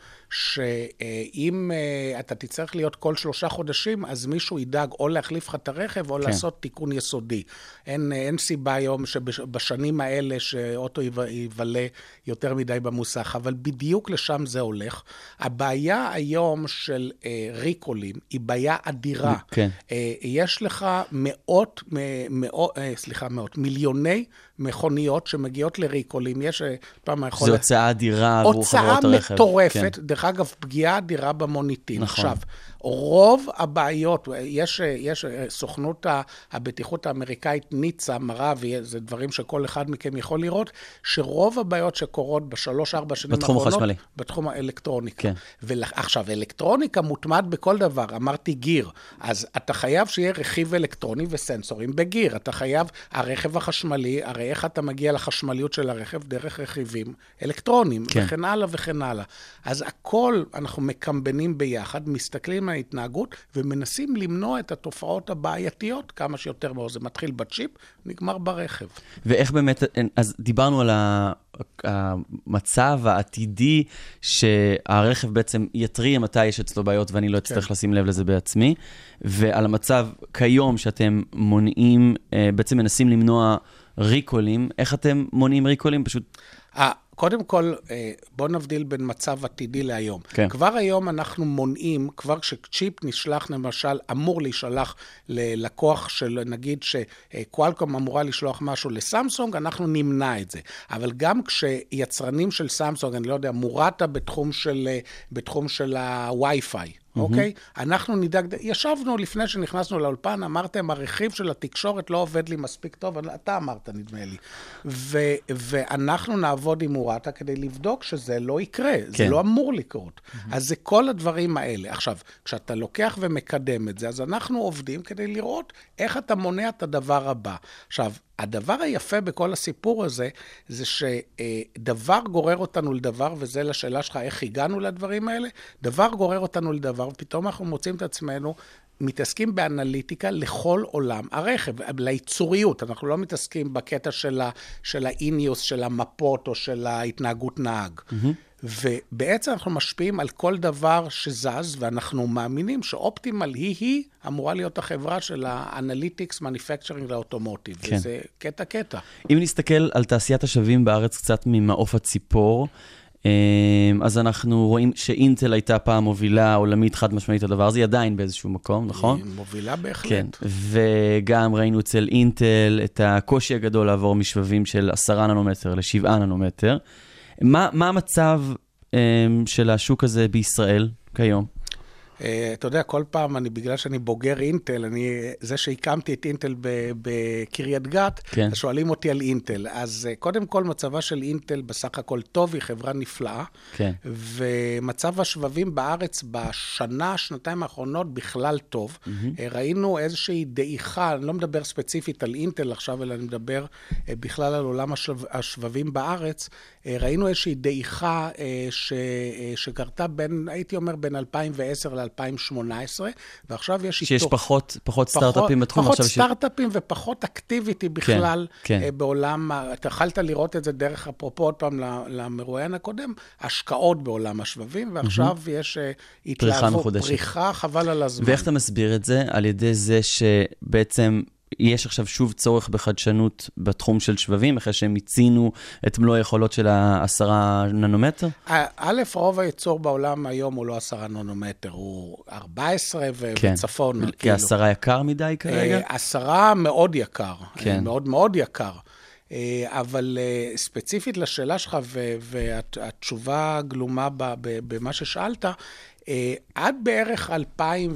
שאם אתה תצטרך להיות כל שלושה חודשים, אז מישהו ידאג או להחליף לך את הרכב, או כן. לעשות תיקון יסודי. אין, אין סיבה היום שבשנים האלה שאוטו יבלה יותר מדי במוסך, אבל בדיוק לשם זה הולך. הבעיה היום של ריקולים היא בעיה אדירה. כן. יש לך מאות, מאות, סליחה, מאות, מיליוני מכוניות שמגיעות לריקולים. יש פעם יכול... זו הוצאה אדירה עבור חברות הרכב. הוצאה מטורפת. כן. דרך אגב, פגיעה אדירה במוניטין. נכון. עכשיו, רוב הבעיות, יש, יש סוכנות הבטיחות האמריקאית ניצה, מראה, וזה דברים שכל אחד מכם יכול לראות, שרוב הבעיות שקורות בשלוש, ארבע שנים בתחום האחרונות, החשמלי. בתחום האלקטרוניקה. כן. ועכשיו, אלקטרוניקה מוטמעת בכל דבר, אמרתי גיר, אז אתה חייב שיהיה רכיב אלקטרוני וסנסורים בגיר, אתה חייב, הרכב החשמלי, הרי איך אתה מגיע לחשמליות של הרכב דרך רכיבים אלקטרונים, כן. וכן הלאה וכן הלאה. אז הכל אנחנו מקמבנים ביחד, מסתכלים על ההתנהגות, ומנסים למנוע את התופעות הבעייתיות כמה שיותר מהר. זה מתחיל בצ'יפ, נגמר ברכב. ואיך באמת, אז דיברנו על המצב העתידי, שהרכב בעצם יתריע מתי יש אצלו בעיות, ואני לא אצטרך כן. לשים לב לזה בעצמי, ועל המצב כיום שאתם מונעים, בעצם מנסים למנוע ריקולים, איך אתם מונעים ריקולים? פשוט... קודם כל, בוא נבדיל בין מצב עתידי להיום. כן. כבר היום אנחנו מונעים, כבר כשצ'יפ נשלח, למשל, אמור להישלח ללקוח של, נגיד שקואלקום אמורה לשלוח משהו לסמסונג, אנחנו נמנע את זה. אבל גם כשיצרנים של סמסונג, אני לא יודע, מורטה בתחום של, בתחום של הווי-פיי, אוקיי? אנחנו נדאג, ישבנו לפני שנכנסנו לאולפן, אמרתם, הרכיב של התקשורת לא עובד לי מספיק טוב, אתה אמרת, נדמה לי. ו- ואנחנו נעבוד עם מורטה כדי לבדוק שזה לא יקרה, כן. זה לא אמור לקרות. אז זה כל הדברים האלה. עכשיו, כשאתה לוקח ומקדם את זה, אז אנחנו עובדים כדי לראות איך אתה מונע את הדבר הבא. עכשיו, הדבר היפה בכל הסיפור הזה, זה שדבר גורר אותנו לדבר, וזה לשאלה שלך איך הגענו לדברים האלה, דבר גורר אותנו לדבר, ופתאום אנחנו מוצאים את עצמנו, מתעסקים באנליטיקה לכל עולם הרכב, ליצוריות, אנחנו לא מתעסקים בקטע של האיניוס, של המפות, או של ההתנהגות נהג. ובעצם אנחנו משפיעים על כל דבר שזז, ואנחנו מאמינים שאופטימל היא-היא אמורה להיות החברה של האנליטיקס, מניפקצ'רינג לאוטומוטיב, כן. וזה קטע-קטע. אם נסתכל על תעשיית השווים בארץ קצת ממעוף הציפור, אז אנחנו רואים שאינטל הייתה פעם מובילה עולמית חד משמעית הדבר הזה, היא עדיין באיזשהו מקום, נכון? היא מובילה בהחלט. כן, וגם ראינו אצל אינטל את הקושי הגדול לעבור משבבים של עשרה ננומטר לשבעה ננומטר. מה, מה המצב um, של השוק הזה בישראל כיום? Uh, אתה יודע, כל פעם, אני, בגלל שאני בוגר אינטל, אני, זה שהקמתי את אינטל בקריית גת, כן. אז שואלים אותי על אינטל. אז uh, קודם כל, מצבה של אינטל בסך הכל טוב, היא חברה נפלאה. כן. ומצב השבבים בארץ בשנה, שנתיים האחרונות, בכלל טוב. Mm-hmm. Uh, ראינו איזושהי דעיכה, אני לא מדבר ספציפית על אינטל עכשיו, אלא אני מדבר uh, בכלל על עולם השב, השבבים בארץ. Uh, ראינו איזושהי דעיכה uh, ש, uh, שקרתה בין, הייתי אומר, בין אלפיים ועשר ל-אלפיים שמונה עשרה, ועכשיו יש... שיש איתו, פחות, פחות סטארט-אפים בתחום. פחות סטארט-אפים ש... ופחות אקטיביטי בכלל כן, כן. בעולם, אתה יכלת לראות את זה דרך אפרופו עוד פעם למרואיין הקודם, השקעות בעולם השבבים, ועכשיו mm-hmm. יש התלהבות, פריחה, חבל על הזמן. ואיך אתה מסביר את זה? על ידי זה שבעצם... יש עכשיו שוב צורך בחדשנות בתחום של שבבים, אחרי שהם הצינו את מלוא היכולות של העשרה ננומטר? א', רוב הייצור בעולם היום הוא לא עשרה ננומטר, הוא ארבע עשרה וצפון. כי עשרה יקר מדי כרגע? עשרה מאוד יקר, מאוד מאוד יקר. אבל ספציפית לשאלה שלך, והתשובה גלומה במה ששאלת, עד בערך אלפיים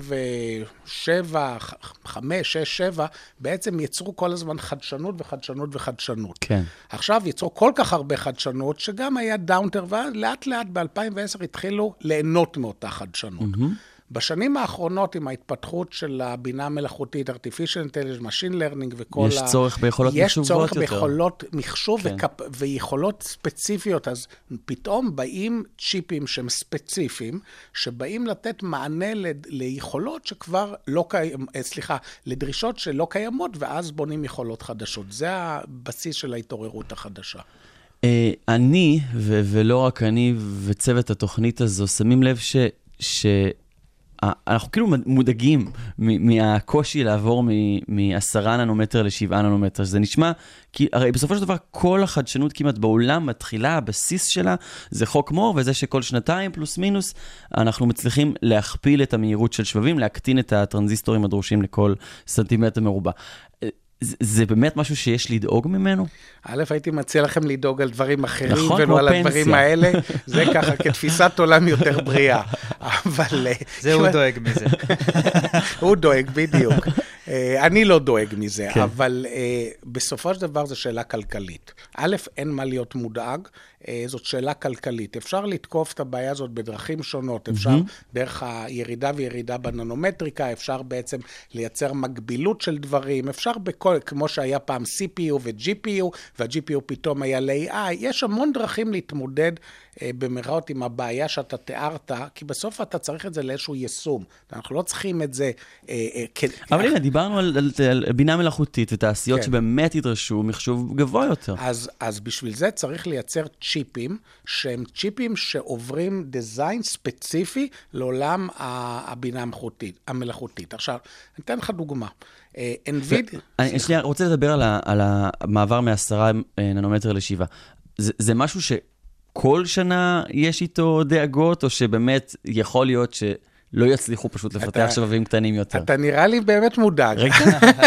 ושבע, חמש, שש, שבע, בעצם יצרו כל הזמן חדשנות וחדשנות וחדשנות. כן. עכשיו יצרו כל כך הרבה חדשנות, שגם היה דאונטר, ולאט לאט ב-אלפיים ועשר התחילו ליהנות מאותה חדשנות. Mm-hmm. בשנים האחרונות, עם ההתפתחות של הבינה המלאכותית, artificial intelligence, machine learning וכל יש ה... צורך ביכולות מחשוב יותר. יש צורך ביכולות מחשוב כן. וקפ... ויכולות ספציפיות, אז פתאום באים צ'יפים שהם ספציפיים, שבאים לתת מענה ל... ליכולות שכבר לא קיימות, סליחה, לדרישות שלא קיימות, ואז בונים יכולות חדשות. זה הבסיס של ההתעוררות החדשה. אני, ו... ולא רק אני וצוות התוכנית הזו, שמים לב ש... ש... אנחנו כאילו מודאגים מהקושי לעבור מעשרה ננומטר לשבעה ננומטר. זה נשמע, כי הרי בסופו של דבר כל החדשנות כמעט בעולם מתחילה, הבסיס שלה זה חוק מור, וזה שכל שנתיים פלוס מינוס אנחנו מצליחים להכפיל את המהירות של שבבים, להקטין את הטרנזיסטורים הדרושים לכל סנטימטר מרובע. זה באמת משהו שיש לדאוג ממנו? א', הייתי מציע לכם לדאוג על דברים אחרים, ולא על הדברים האלה. זה ככה, כתפיסת עולם יותר בריאה. אבל... זה הוא דואג מזה. הוא דואג, בדיוק. אני לא דואג מזה, אבל בסופו של דבר זו שאלה כלכלית. א', אין מה להיות מודאג, זאת שאלה כלכלית. אפשר לתקוף את הבעיה הזאת בדרכים שונות, אפשר דרך הירידה וירידה בננומטריקה, אפשר בעצם לייצר מגבילות של דברים, אפשר בכל, כמו שהיה פעם סי פי יו ו-ג'י פי יו, וה-ג'י פי יו פתאום היה ל-איי איי, יש המון דרכים להתמודד במרכאות עם הבעיה שאתה תיארת, כי בסוף אתה צריך את זה לאיזשהו יישום. אנחנו לא צריכים את זה... אבל הנה, דיברנו על בינה מלאכותית ותעשיות שבאמת ידרשו מחשוב גבוה יותר. אז בשביל זה צריך לייצר צ'יפים, שהם צ'יפים שעוברים דיזיין ספציפי לעולם הבינה המלאכותית. עכשיו, אני אתן לך דוגמה. NVIDIA... אני שנייה, רוצה לדבר על המעבר מעשרה ננומטר לשבעה. זה משהו ש... כל שנה יש איתו דאגות, או שבאמת יכול להיות שלא יצליחו פשוט לפתח שבבים קטנים יותר? אתה נראה לי באמת מודאג. רגע,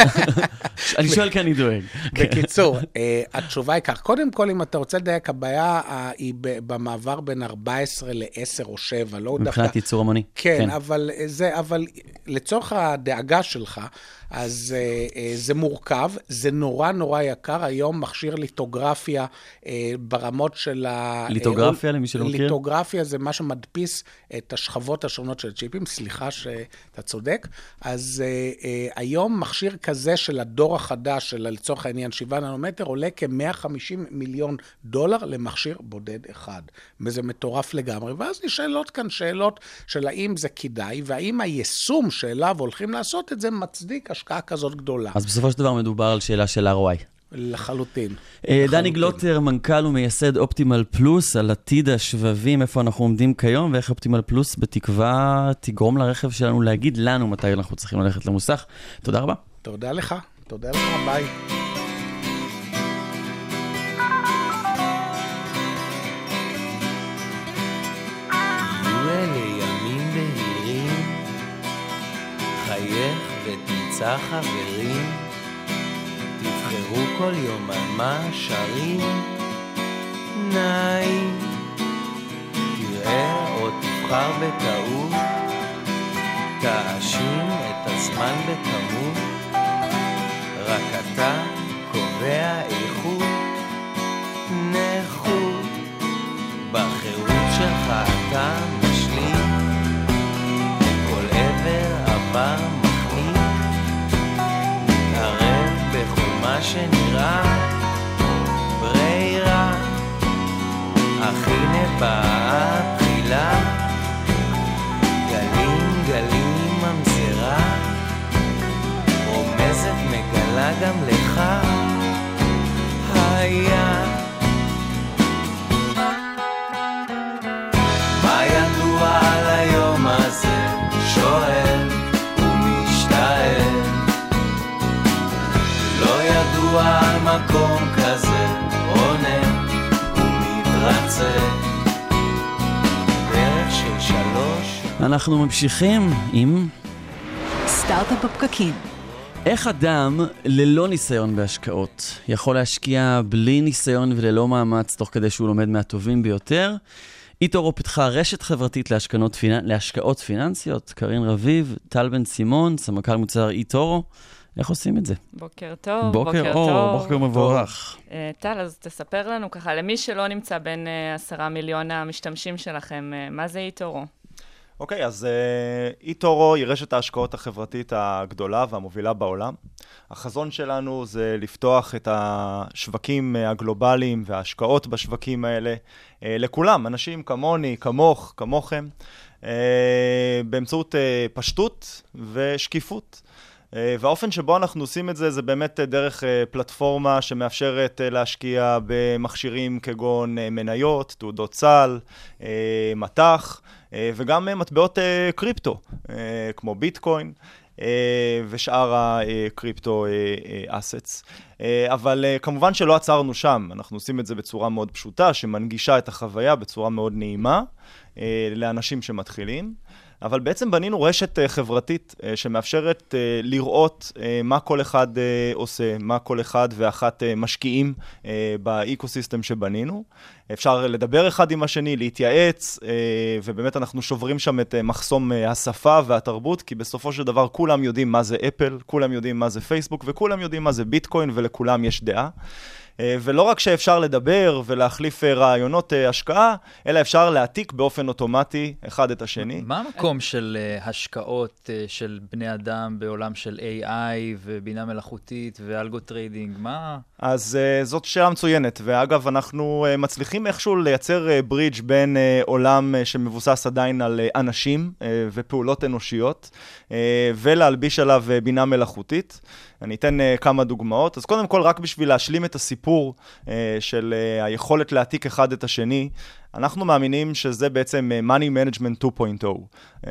אני שואל כי אני דואג. בקיצור, התשובה היא כך. קודם כל, אם אתה רוצה לדייק, הבעיה היא במעבר בין ארבע עשרה ל-עשר או שבע. מבחינת ייצור המוני. כן, אבל לצורך הדאגה שלך, אז uh, uh, זה מורכב, זה נורא נורא יקר, היום מכשיר ליטוגרפיה uh, ברמות של ה... ליטוגרפיה, uh, למי שלא מכיר? ליטוגרפיה זה מה שמדפיס את השכבות השונות של צ'יפים, סליחה שאתה צודק, אז uh, uh, היום מכשיר כזה של הדור החדש, של לצורך העניין שבעה ננומטר, עולה כ-מאה וחמישים מיליון דולר למכשיר בודד אחד, וזה מטורף לגמרי, ואז נשאלות כאן שאלות של האם זה כדאי, והאם היישום שאליו הולכים לעשות את זה מצדיק השקעה כזאת גדולה. אז בסופו של דבר מדובר על שאלה של אר או איי. לחלוטין. דני גלוטר, מנכ"ל ומייסד אופטימל פלוס, על עתיד השבבים, איפה אנחנו עומדים כיום, ואיך אופטימל פלוס בתקווה תגרום לרכב שלנו להגיד לנו מתי אנחנו צריכים ללכת למוסך. תודה רבה. תודה לך. תודה לך. ביי. ותמצא חברים, תבחרו כל יום על מה שרים, נעים, תראה או תבחר בטעות, תאשים את הזמן בכמות, רק אתה קובע איכות, נכות, בחירות שלך אתה משלים, כל עבר הבא מה שנראה ברירה, אך הנה באה תחילה, גלים גלים ממזרה, רומזת מגלה גם לך, היה מה ידוע על היום הזה, שואל ומשתעל, על מקום כזה עונה ומתרצה דרך של שלוש. אנחנו ממשיכים עם סטארט-אפ בפקקים. איך אדם ללא ניסיון בהשקעות יכול להשקיע בלי ניסיון וללא מאמץ תוך כדי שהוא לומד מהטובים ביותר? איתורו פיתחה רשת חברתית להשקעות, פיננ... להשקעות פיננסיות. קרין רביב, טל בן סימון, סמנכ"ל מוצר איתורו. איך עושים את זה? בוקר טוב, בוקר, בוקר אור, טוב. בוקר מבורך. Uh, טל, אז תספר לנו ככה, למי שלא נמצא בין uh, עשרה מיליון המשתמשים שלכם, uh, מה זה איתורו? אוקיי, okay, אז uh, איתורו היא רשת ההשקעות החברתית הגדולה והמובילה בעולם. החזון שלנו זה לפתוח את השווקים הגלובליים וההשקעות בשווקים האלה uh, לכולם, אנשים כמוני, כמוך, כמוכם, uh, באמצעות uh, פשטות ושקיפות. והאופן שבו אנחנו עושים את זה, זה באמת דרך פלטפורמה שמאפשרת להשקיע במכשירים כגון מניות, תעודות סל, מטח, וגם מטבעות קריפטו, כמו ביטקוין, ושאר הקריפטו אסטס. אבל כמובן שלא עצרנו שם, אנחנו עושים את זה בצורה מאוד פשוטה, שמנגישה את החוויה בצורה מאוד נעימה, לאנשים שמתחילים. אבל בעצם בנינו רשת חברתית שמאפשרת לראות מה כל אחד עושה, מה כל אחד ואחת משקיעים באקוסיסטם שבנינו. אפשר לדבר אחד עם השני, להתייעץ, ובאמת אנחנו שוברים שם את מחסום השפה והתרבות, כי בסופו של דבר כולם יודעים מה זה אפל, כולם יודעים מה זה פייסבוק, וכולם יודעים מה זה ביטקוין, ולכולם יש דעה. ולא רק שאפשר לדבר ולהחליף רעיונות השקעה, אלא אפשר להעתיק באופן אוטומטי אחד את השני. מה המקום של השקעות של בני אדם בעולם של איי איי ובינה מלאכותית ואלגו טריידינג? מה? אז זאת שאלה מצוינת, ואגב אנחנו מצליחים איכשהו לייצר ברידג' בין עולם שמבוסס עדיין על אנשים ופעולות אנושיות, ולהלביש עליו בינה מלאכותית. אני אתן uh, כמה דוגמאות. אז קודם כל, רק בשביל להשלים את הסיפור uh, של uh, היכולת להעתיק אחד את השני, אנחנו מאמינים שזה בעצם uh, Money Management שתיים נקודה אפס. Uh,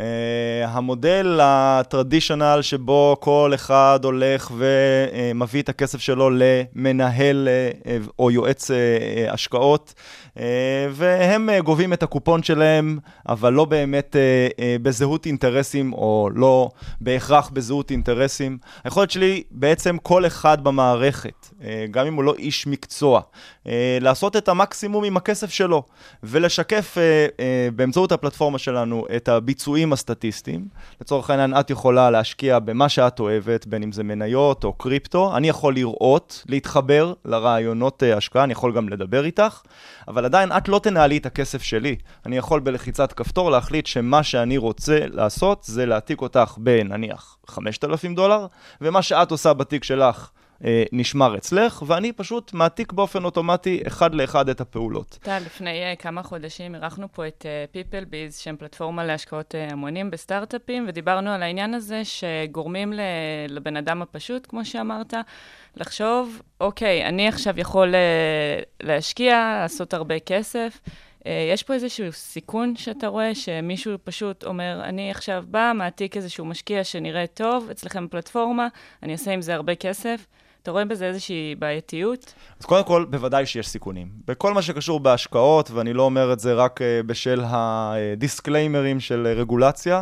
המודל הטרדישיונל שבו כל אחד הולך ומביא את הכסף שלו למנהל uh, או יועץ uh, השקעות, uh, והם uh, גובים את הקופון שלהם, אבל לא באמת uh, uh, בזהות אינטרסים, או לא בהכרח בזהות אינטרסים. היכולת שלי בעצם כל אחד במערכת, גם אם הוא לא איש מקצוע, לעשות את המקסימום עם הכסף שלו, ולשקף באמצעות הפלטפורמה שלנו את הביצועים הסטטיסטיים. לצורך העניין, את יכולה להשקיע במה שאת אוהבת, בין אם זה מניות או קריפטו. אני יכול לראות, להתחבר לרעיונות השקעה, אני יכול גם לדבר איתך, אבל עדיין את לא תנהלי את הכסף שלי. אני יכול בלחיצת כפתור להחליט שמה שאני רוצה לעשות זה להעתיק אותך בנניח חמשת אלפים דולר, ומה שאת עושה בתיק שלך אה, נשמר אצלך, ואני פשוט מעתיק באופן אוטומטי אחד לאחד את הפעולות. טל, לפני uh, כמה חודשים ערכנו פה את uh, PeopleBiz, שהם פלטפורמה להשקעות uh, המונים בסטארט-אפים, ודיברנו על העניין הזה שגורמים ל- לבן אדם הפשוט, כמו שאמרת, לחשוב, אוקיי, אני עכשיו יכול uh, להשקיע, לעשות הרבה כסף, יש פה איזשהו סיכון שאתה רואה שמישהו פשוט אומר, אני עכשיו בא, מעתיק איזשהו משקיע שנראה טוב, אצלכם פלטפורמה, אני אעשה עם זה הרבה כסף. אתה רואה בזה איזושהי בעייתיות? אז קודם כל, בוודאי שיש סיכונים. בכל מה שקשור בהשקעות, ואני לא אומר את זה רק בשל הדיסקליימרים של רגולציה,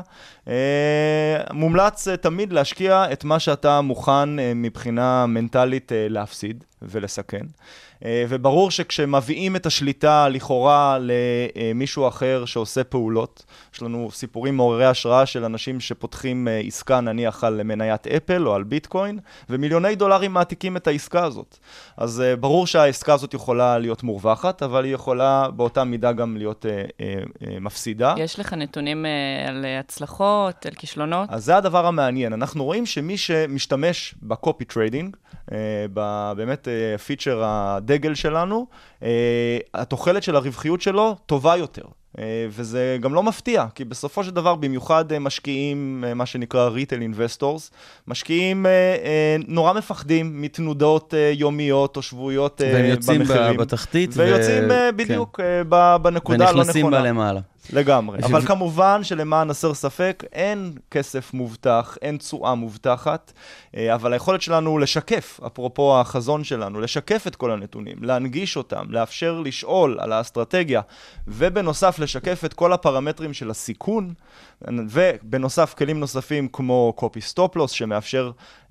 מומלץ תמיד להשקיע את מה שאתה מוכן מבחינה מנטלית להפסיד ולסכן. וברור שכשמביאים את השליטה לכאורה למישהו אחר שעושה פעולות, יש לנו סיפורים מעוררי השראה של אנשים שפותחים עסקה נניח על מניית אפל או על ביטקוין, ומיליוני דולרים מעתיקים את העסקה הזאת. אז ברור שהעסקה הזאת יכולה להיות מורווחת, אבל היא יכולה באותה מידה גם להיות אה, אה, מפסידה. יש לך נתונים אה, על הצלחות, על כישלונות? אז זה הדבר המעניין. אנחנו רואים שמי שמשתמש בקופי טריידינג, אה, באמת אה, פיצ'ר הדגל שלנו, אה, התוחלת של הרווחיות שלו טובה יותר. וזה גם לא מפתיע, כי בסופו של דבר, במיוחד משקיעים, מה שנקרא ריטייל אינבסטורס, משקיעים נורא מפחדים מתנודות יומיות או שבועיות במחירים. והם יוצאים בתחתית. ויוצאים בדיוק בנקודה הלא נכונה. ונכנסים בה למעלה. לגמרי, אבל כמובן שלמען הסר ספק, אין כסף מובטח, אין תשואה מובטחת, אבל היכולת שלנו לשקף, אפרופו החזון שלנו, לשקף את כל הנתונים, להנגיש אותם, לאפשר לשאול על האסטרטגיה, ובנוסף לשקף את כל הפרמטרים של הסיכון, ובנוסף כלים נוספים כמו קופי סטופ-לוס, שמאפשר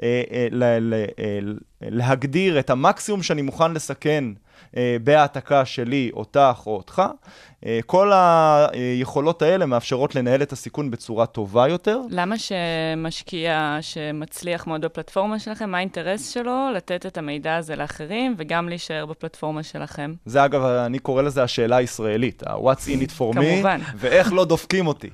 להגדיר את המקסימום שאני מוכן לסכן בהעתקה שלי, אותך או אותך. כל היכולות האלה מאפשרות לנהל את הסיכון בצורה טובה יותר. למה שמשקיע שמצליח מאוד בפלטפורמה שלכם, מה האינטרס שלו לתת את המידע הזה לאחרים וגם להישאר בפלטפורמה שלכם? זה אגב, אני קורא לזה השאלה הישראלית, ה-What's in it for me, כמובן. ואיך לא דופקים אותי.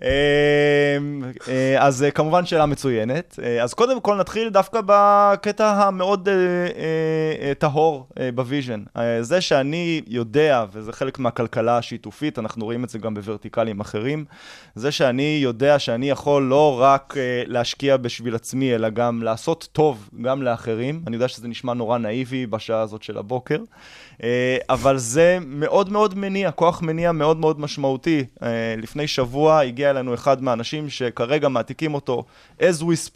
אז כמובן שאלה מצוינת. אז קודם כל נתחיל דווקא בקטע המאוד טהור בוויז'ן. זה שאני יודע, וזה חלק מהכלכלה השיתופית, אנחנו רואים את זה גם בוורטיקלים אחרים, זה שאני יודע שאני יכול לא רק להשקיע בשביל עצמי, אלא גם לעשות טוב גם לאחרים. אני יודע שזה נשמע נורא נאיבי בשעה הזאת של הבוקר, אבל זה מאוד מאוד מניע, כוח מניע מאוד מאוד משמעותי. לפני שבוע הגיע אלינו אחד מהאנשים שכרגע מעתיקים אותו, as we speak,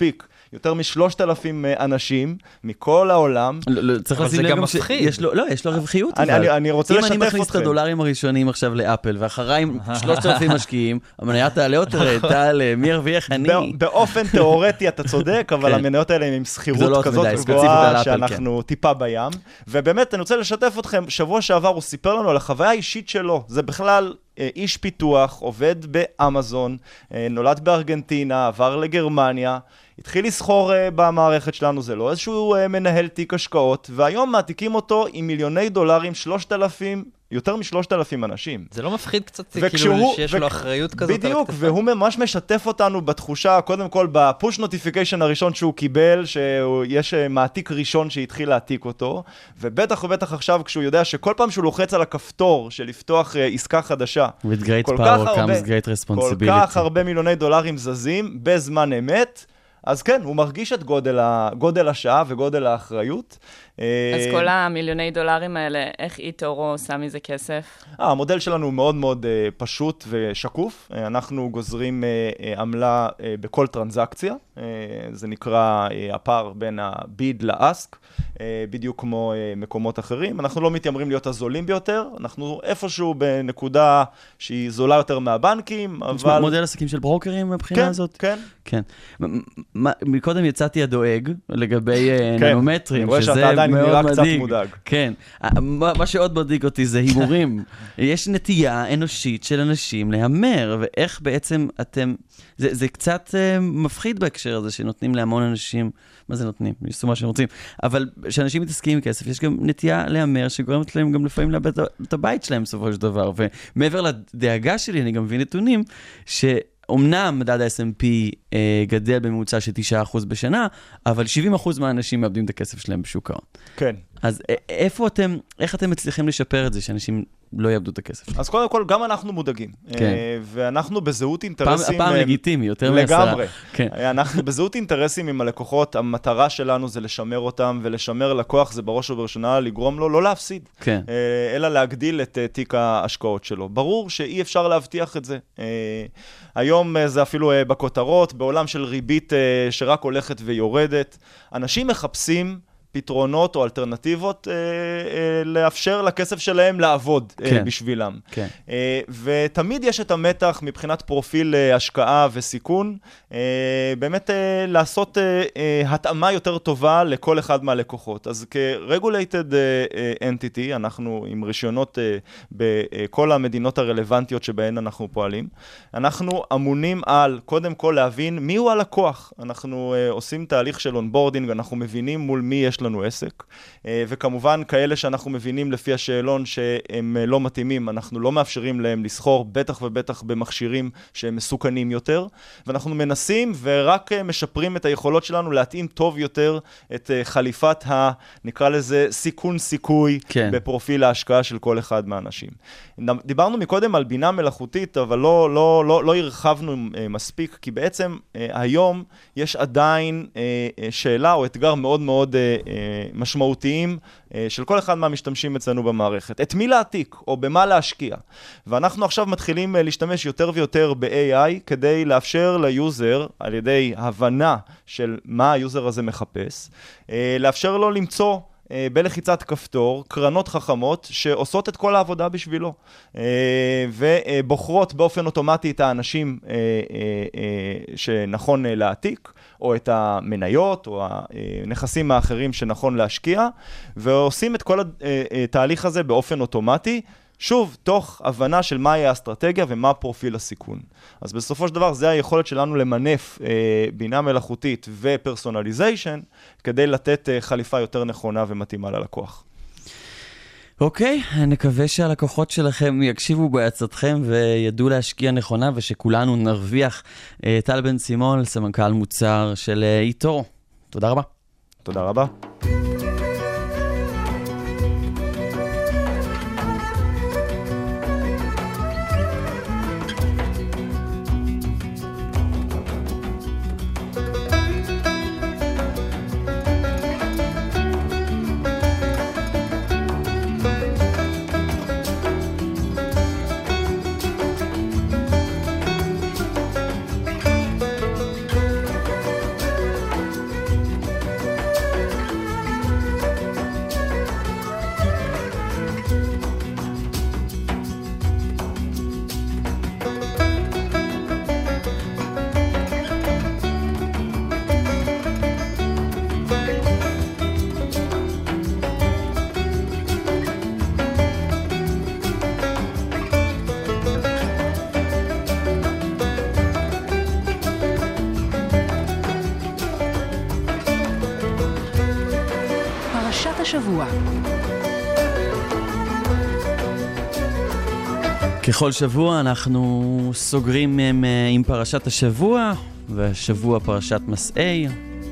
יותר משלושת אלפים אנשים מכל העולם. צריך לשים לב גם שיש לו, לא, יש לו רווחיות. אני רוצה לשתף אתכם. אם אני מכניס את הדולרים הראשונים עכשיו לאפל, ואחריי שלושת אלפים משקיעים, המניה תעלה או תרד, תעלה, מי ירוויח אני? באופן תיאורטי אתה צודק, אבל המניות האלה עם סחירות כזאת גבוהה שאנחנו טיפה בים. ובאמת, אני רוצה לשתף אתכם, שבוע שעבר הוא סיפר לנו על החוויה האישית שלו. זה בכלל איש פיתוח, עובד באמזון, נולד בארגנטינה, עבר לגרמניה, התחיל לסחור במערכת שלנו, זה לא איזשהו מנהל תיק השקעות, והיום מעתיקים אותו עם מיליוני דולרים, שלושת אלפים, יותר משלושת אלפים אנשים. זה לא מפחיד קצת, כאילו שיש לו אחריות כזאת. בדיוק, והוא ממש משתף אותנו בתחושה, קודם כל בפוש נוטיפיקיישן הראשון שהוא קיבל, שיש מעתיק ראשון שהתחיל להעתיק אותו, ובטח ובטח עכשיו כשהוא יודע שכל פעם שהוא לוחץ על הכפתור של לפתוח עסקה חדשה, with great power comes great responsibility. כל כך הרבה מיליוני דולרים זזים בזמן אמת, אז כן, הוא מרגיש את גודל, ה... גודל השעה וגודל האחריות. אז כל המיליוני דולרים האלה, איך איטורו עושה מזה כסף? אה, המודל שלנו הוא מאוד מאוד uh, פשוט ושקוף. Uh, אנחנו גוזרים uh, uh, עמלה uh, בכל טרנזקציה. Uh, זה נקרא uh, הפער בין הביד לאסק, uh, בדיוק כמו uh, מקומות אחרים. אנחנו לא מתיימרים להיות הזולים ביותר, אנחנו איפשהו בנקודה שהיא זולה יותר מהבנקים, אבל... מודל עסקים של ברוקרים מבחינה כן, הזאת? כן, כן. מקודם יצאתי הדואג לגבי ננומטרים, שזה מאוד מדאיג. כן. מה שעוד מדאיג אותי זה הימורים. יש נטייה אנושית של אנשים להמר, ואיך בעצם אתם... זה קצת מפחיד בהקשר הזה, שנותנים להמון אנשים... מה זה נותנים? יעשו מה שהם רוצים. אבל כשאנשים מתעסקים עם כסף, יש גם נטייה להמר, שגורמת להם גם לפעמים לאבד את הבית שלהם בסופו של דבר. ומעבר לדאגה שלי, אני גם מבין נתונים, ש... אמנם מדד ה-אס אנד פי אה, גדל בממוצע של תשעה אחוז בשנה, אבל שבעים אחוז מהאנשים מאבדים את הכסף שלהם בשוק ההון. כן. אז איפה אתם, איך אתם מצליחים לשפר את זה, שאנשים לא יאבדו את הכסף? אז קודם כל, גם אנחנו מודאגים. כן. אה, ואנחנו בזהות אינטרסים... הפעם לגיטימי, יותר מעשרה. לגמרי. כן. אנחנו בזהות אינטרסים עם הלקוחות, המטרה שלנו זה לשמר אותם, ולשמר לקוח זה בראש ובראשונה לגרום לו לא להפסיד. כן. אה, אלא להגדיל את אה, תיק ההשקעות שלו. ברור שאי אפשר להבטיח את זה. אה, היום אה, זה אפילו אה, בכותרות, בעולם של ריבית אה, שרק הולכת ויורדת. אנשים מחפשים פתרונות או אלטרנטיבות אה, אה, לאפשר לכסף שלהם לעבוד אה, כן. בשבילם. כן. אה, ותמיד יש את המתח מבחינת פרופיל אה, השקעה וסיכון, אה, באמת אה, לעשות אה, אה, התאמה יותר טובה לכל אחד מהלקוחות. אז כ-regulated אה, entity, אנחנו עם רישיונות אה, בכל המדינות הרלוונטיות שבהן אנחנו פועלים, אנחנו אמונים על, קודם כל להבין מי הוא הלקוח. אנחנו אה, עושים תהליך של אונבורדינג, אנחנו מבינים מול מי יש לנו עסק, וכמובן כאלה שאנחנו מבינים לפי השאלון שהם לא מתאימים, אנחנו לא מאפשרים להם לסחור, בטח ובטח במכשירים שהם מסוכנים יותר, ואנחנו מנסים ורק משפרים את היכולות שלנו להתאים טוב יותר את חליפת ה, נקרא לזה סיכון סיכוי, כן. בפרופיל ההשקעה של כל אחד מהאנשים. דיברנו מקודם על בינה מלאכותית, אבל לא, לא, לא, לא הרחבנו מספיק, כי בעצם היום יש עדיין שאלה או אתגר מאוד מאוד משמעותיים של כל אחד מהמשתמשים אצלנו במערכת. את מי להעתיק או במה להשקיע. ואנחנו עכשיו מתחילים להשתמש יותר ויותר ב-איי איי כדי לאפשר ליוזר, על ידי הבנה של מה היוזר הזה מחפש, לאפשר לו למצוא בלחיצת כפתור, קרנות חכמות שעושות את כל העבודה בשבילו, ובוחרות באופן אוטומטי את האנשים שנכון להעתיק, או את המניות, או הנכסים האחרים שנכון להשקיע, ועושים את כל התהליך הזה באופן אוטומטי, שוב, תוך הבנה של מהי האסטרטגיה ומה פרופיל הסיכון. אז בסופו של דבר, זה היכולת שלנו למנף אה, בינה מלאכותית ופרסונליזיישן, כדי לתת אה, חליפה יותר נכונה ומתאימה ללקוח. אוקיי, נקווה שהלקוחות שלכם יקשיבו בעצתכם וידעו להשקיע נכונה, ושכולנו נרוויח. אה, טל בן סימון, סמנכ"ל מוצר של אה, איטורו. תודה רבה. תודה רבה. השבוע. ככל שבוע אנחנו סוגרים עם, עם פרשת השבוע, והשבוע פרשת מסעי.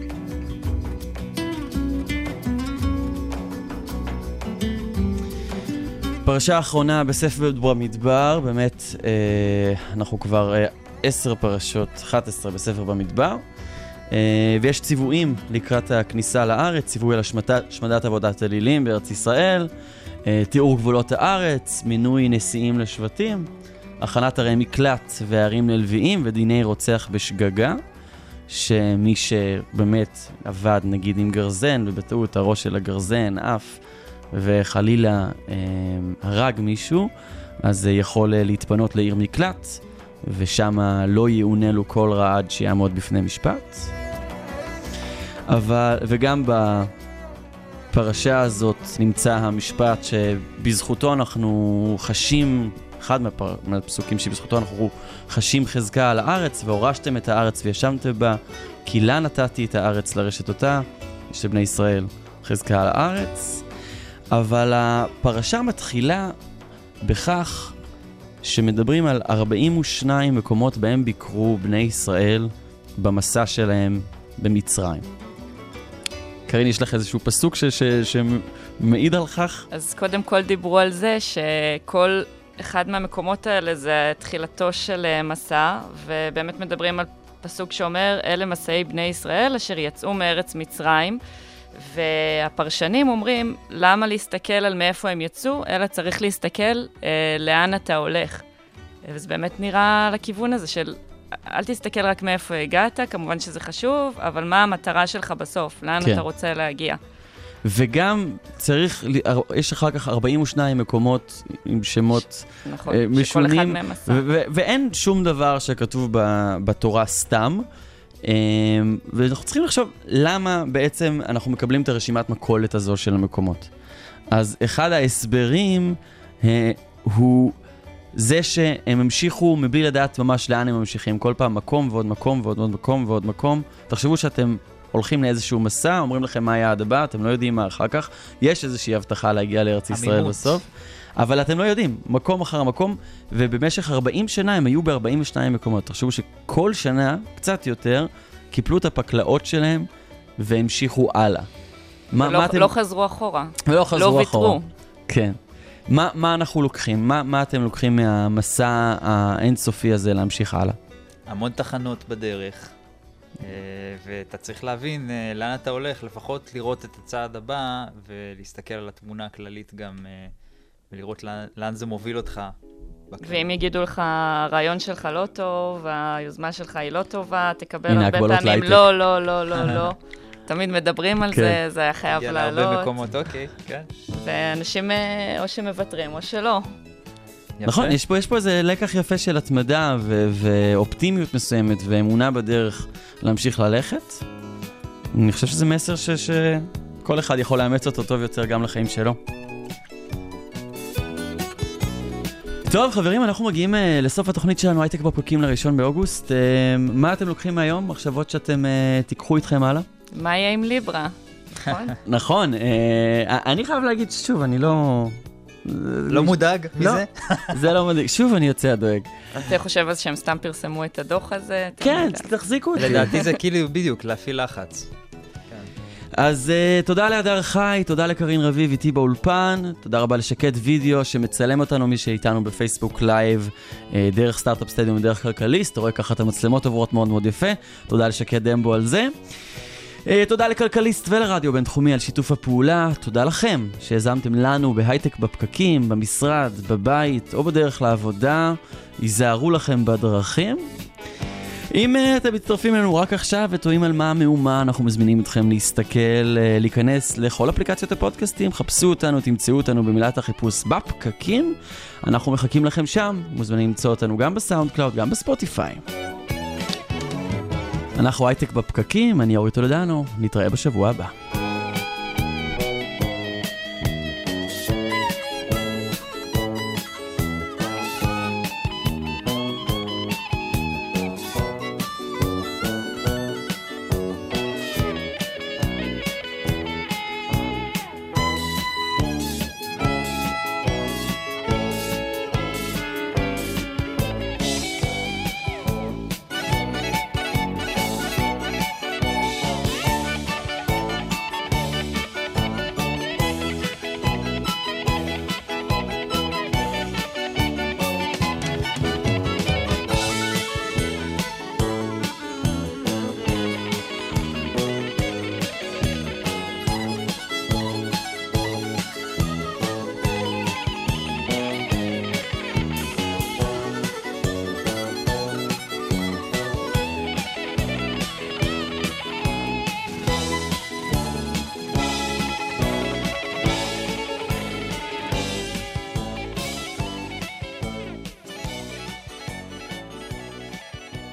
פרשה האחרונה בספר במדבר, באמת אה, אנחנו כבר אה, עשר פרשות, אחת עשרה בספר במדבר, אה, ויש ציוויים לקראת הכניסה לארץ, ציווי על השמדת, השמדת עבודת אלילים בארץ ישראל, אה, תיאור גבולות הארץ, מינוי נשיאים לשבטים, הכנת ערי מקלט וערים ללוויים ודיני רוצח בשגגה, שמי שבאמת עבד נגיד עם גרזן, ובטעות הראש של הגרזן, אף, וחלילה אה, הרג מישהו, אז יכול להתפנות לעיר מקלט, ושם לא יעונה לו כל רעד שיעמוד בפני משפט. אבל, וגם בפרשה הזאת נמצא המשפט שבזכותו אנחנו חשים, אחד מהפר, מהפסוקים שבזכותו אנחנו חשים חזקה על הארץ, והורשתם את הארץ וישמתם בה, כי לה נתתי את הארץ לרשת אותה, יש לבני ישראל חזקה על הארץ. אבל הפרשה מתחילה בכך שמדברים על ארבעים ושניים מקומות בהם ביקרו בני ישראל במסע שלהם במצרים. קרין, יש לך איזשהו פסוק ש- ש- שמעיד על כך? אז קודם כל דיברו על זה שכל אחד מהמקומות האלה זה תחילתו של מסע, ובאמת מדברים על פסוק שאומר, אלה מסעי בני ישראל אשר יצאו מארץ מצרים, והפרשנים אומרים, למה להסתכל על מאיפה הם יצאו, אלא צריך להסתכל אה, לאן אתה הולך. וזה באמת נראה לכיוון הזה של, אל תסתכל רק מאיפה הגעת, כמובן שזה חשוב, אבל מה המטרה שלך בסוף, לאן כן. אתה רוצה להגיע. וגם צריך, יש אחר כך ארבעים ושניים מקומות עם שמות נכון, אה, משונים, שכל אחד מהם עשה. ו- ו- ואין שום דבר שכתוב ב- בתורה סתם, ואנחנו צריכים לחשוב למה בעצם אנחנו מקבלים את הרשימת מכולת הזו של המקומות. אז אחד ההסברים הוא זה שהם המשיכו מבלי לדעת ממש לאן הם ממשיכים, כל פעם מקום ועוד מקום ועוד עוד מקום ועוד מקום. תחשבו שאתם הולכים לאיזשהו מסע, אומרים לכם מה היעד הבא, אתם לא יודעים מה אחר כך, יש איזושהי הבטחה להגיע לארץ ישראל בסוף, אבל אתם לא יודעים, מקום אחר מקום, ובמשך ארבעים שנה הם היו ב-ארבעים ושניים מקומות. תחשבו שכל שנה, קצת יותר, קיפלו את הפקלאות שלהם והמשיכו הלאה. ולא מה אתם... לא חזרו אחורה. ולא חזרו לא אחורה. ויתרו. כן. מה, מה אנחנו לוקחים? מה, מה אתם לוקחים מהמסע האינסופי הזה להמשיך הלאה? המון תחנות בדרך, ואתה צריך להבין לאן אתה הולך, לפחות לראות את הצעד הבא ולהסתכל על התמונה הכללית גם, ולראות לאן, לאן זה מוביל אותך. ואם יגידו לך, הרעיון שלך לא טוב, והיוזמה שלך היא לא טובה, תקבל הרבה פעמים, לא, לא, לא, לא, לא. תמיד מדברים על זה, זה היה חייב לעלות. יאללה, הרבה מקומות, אוקיי, כן. ואנשים או שמוותרים או שלא. נכון, יש פה, יש פה איזה לקח יפה של התמדה ו- ואופטימיות מסוימת ואמונה בדרך להמשיך ללכת. אני חושב שזה מסר ש- שכל אחד יכול לאמץ אותו טוב יותר גם לחיים שלו. טוב, חברים, אנחנו מגיעים uh, לסוף התוכנית שלנו, הייטק בפקקים לראשון באוגוסט. Uh, מה אתם לוקחים מהיום? מחשבות שאתם uh, תיקחו איתכם הלאה? מה יהיה עם ליברה? נכון? נכון. Uh, אני חייב להגיד ששוב, אני לא... לא מודאג מזה? זה לא מודאג. שוב אני יוצא הדואג. אתה חושב אז שהם סתם פרסמו את הדוח הזה? כן, תחזיקו אותי. לדעתי זה כאילו בדיוק, להפעיל לחץ. אז uh, תודה להדר חי, תודה לקרין רביב איתי באולפן, תודה רבה לשקט וידאו שמצלם אותנו, מי שאיתנו בפייסבוק לייב, uh, דרך סטארט-אפ סטדיום ודרך כלכליסט, אתה רואה ככה את המצלמות עוברות מאוד מאוד יפה, תודה לשקט דמבו על זה. Uh, תודה לכלכליסט ולרדיו בינתחומי על שיתוף הפעולה, תודה לכם שהזמתם לנו בהייטק בפקקים, במשרד, בבית או בדרך לעבודה, ייזהרו לכם בדרכים. אם uh, אתם מצטרפים אלינו רק עכשיו וטועים על מה המהומה, אנחנו מזמינים אתכם להסתכל, uh, להיכנס לכל אפליקציות הפודקאסטים, חפשו אותנו, תמצאו אותנו במילת החיפוש בפקקים, אנחנו מחכים לכם שם, מוזמנים למצוא אותנו גם בסאונד קלאוד, גם בספוטיפיי. אנחנו הייטק בפקקים, אני אורי טולדנו, נתראה בשבוע הבא.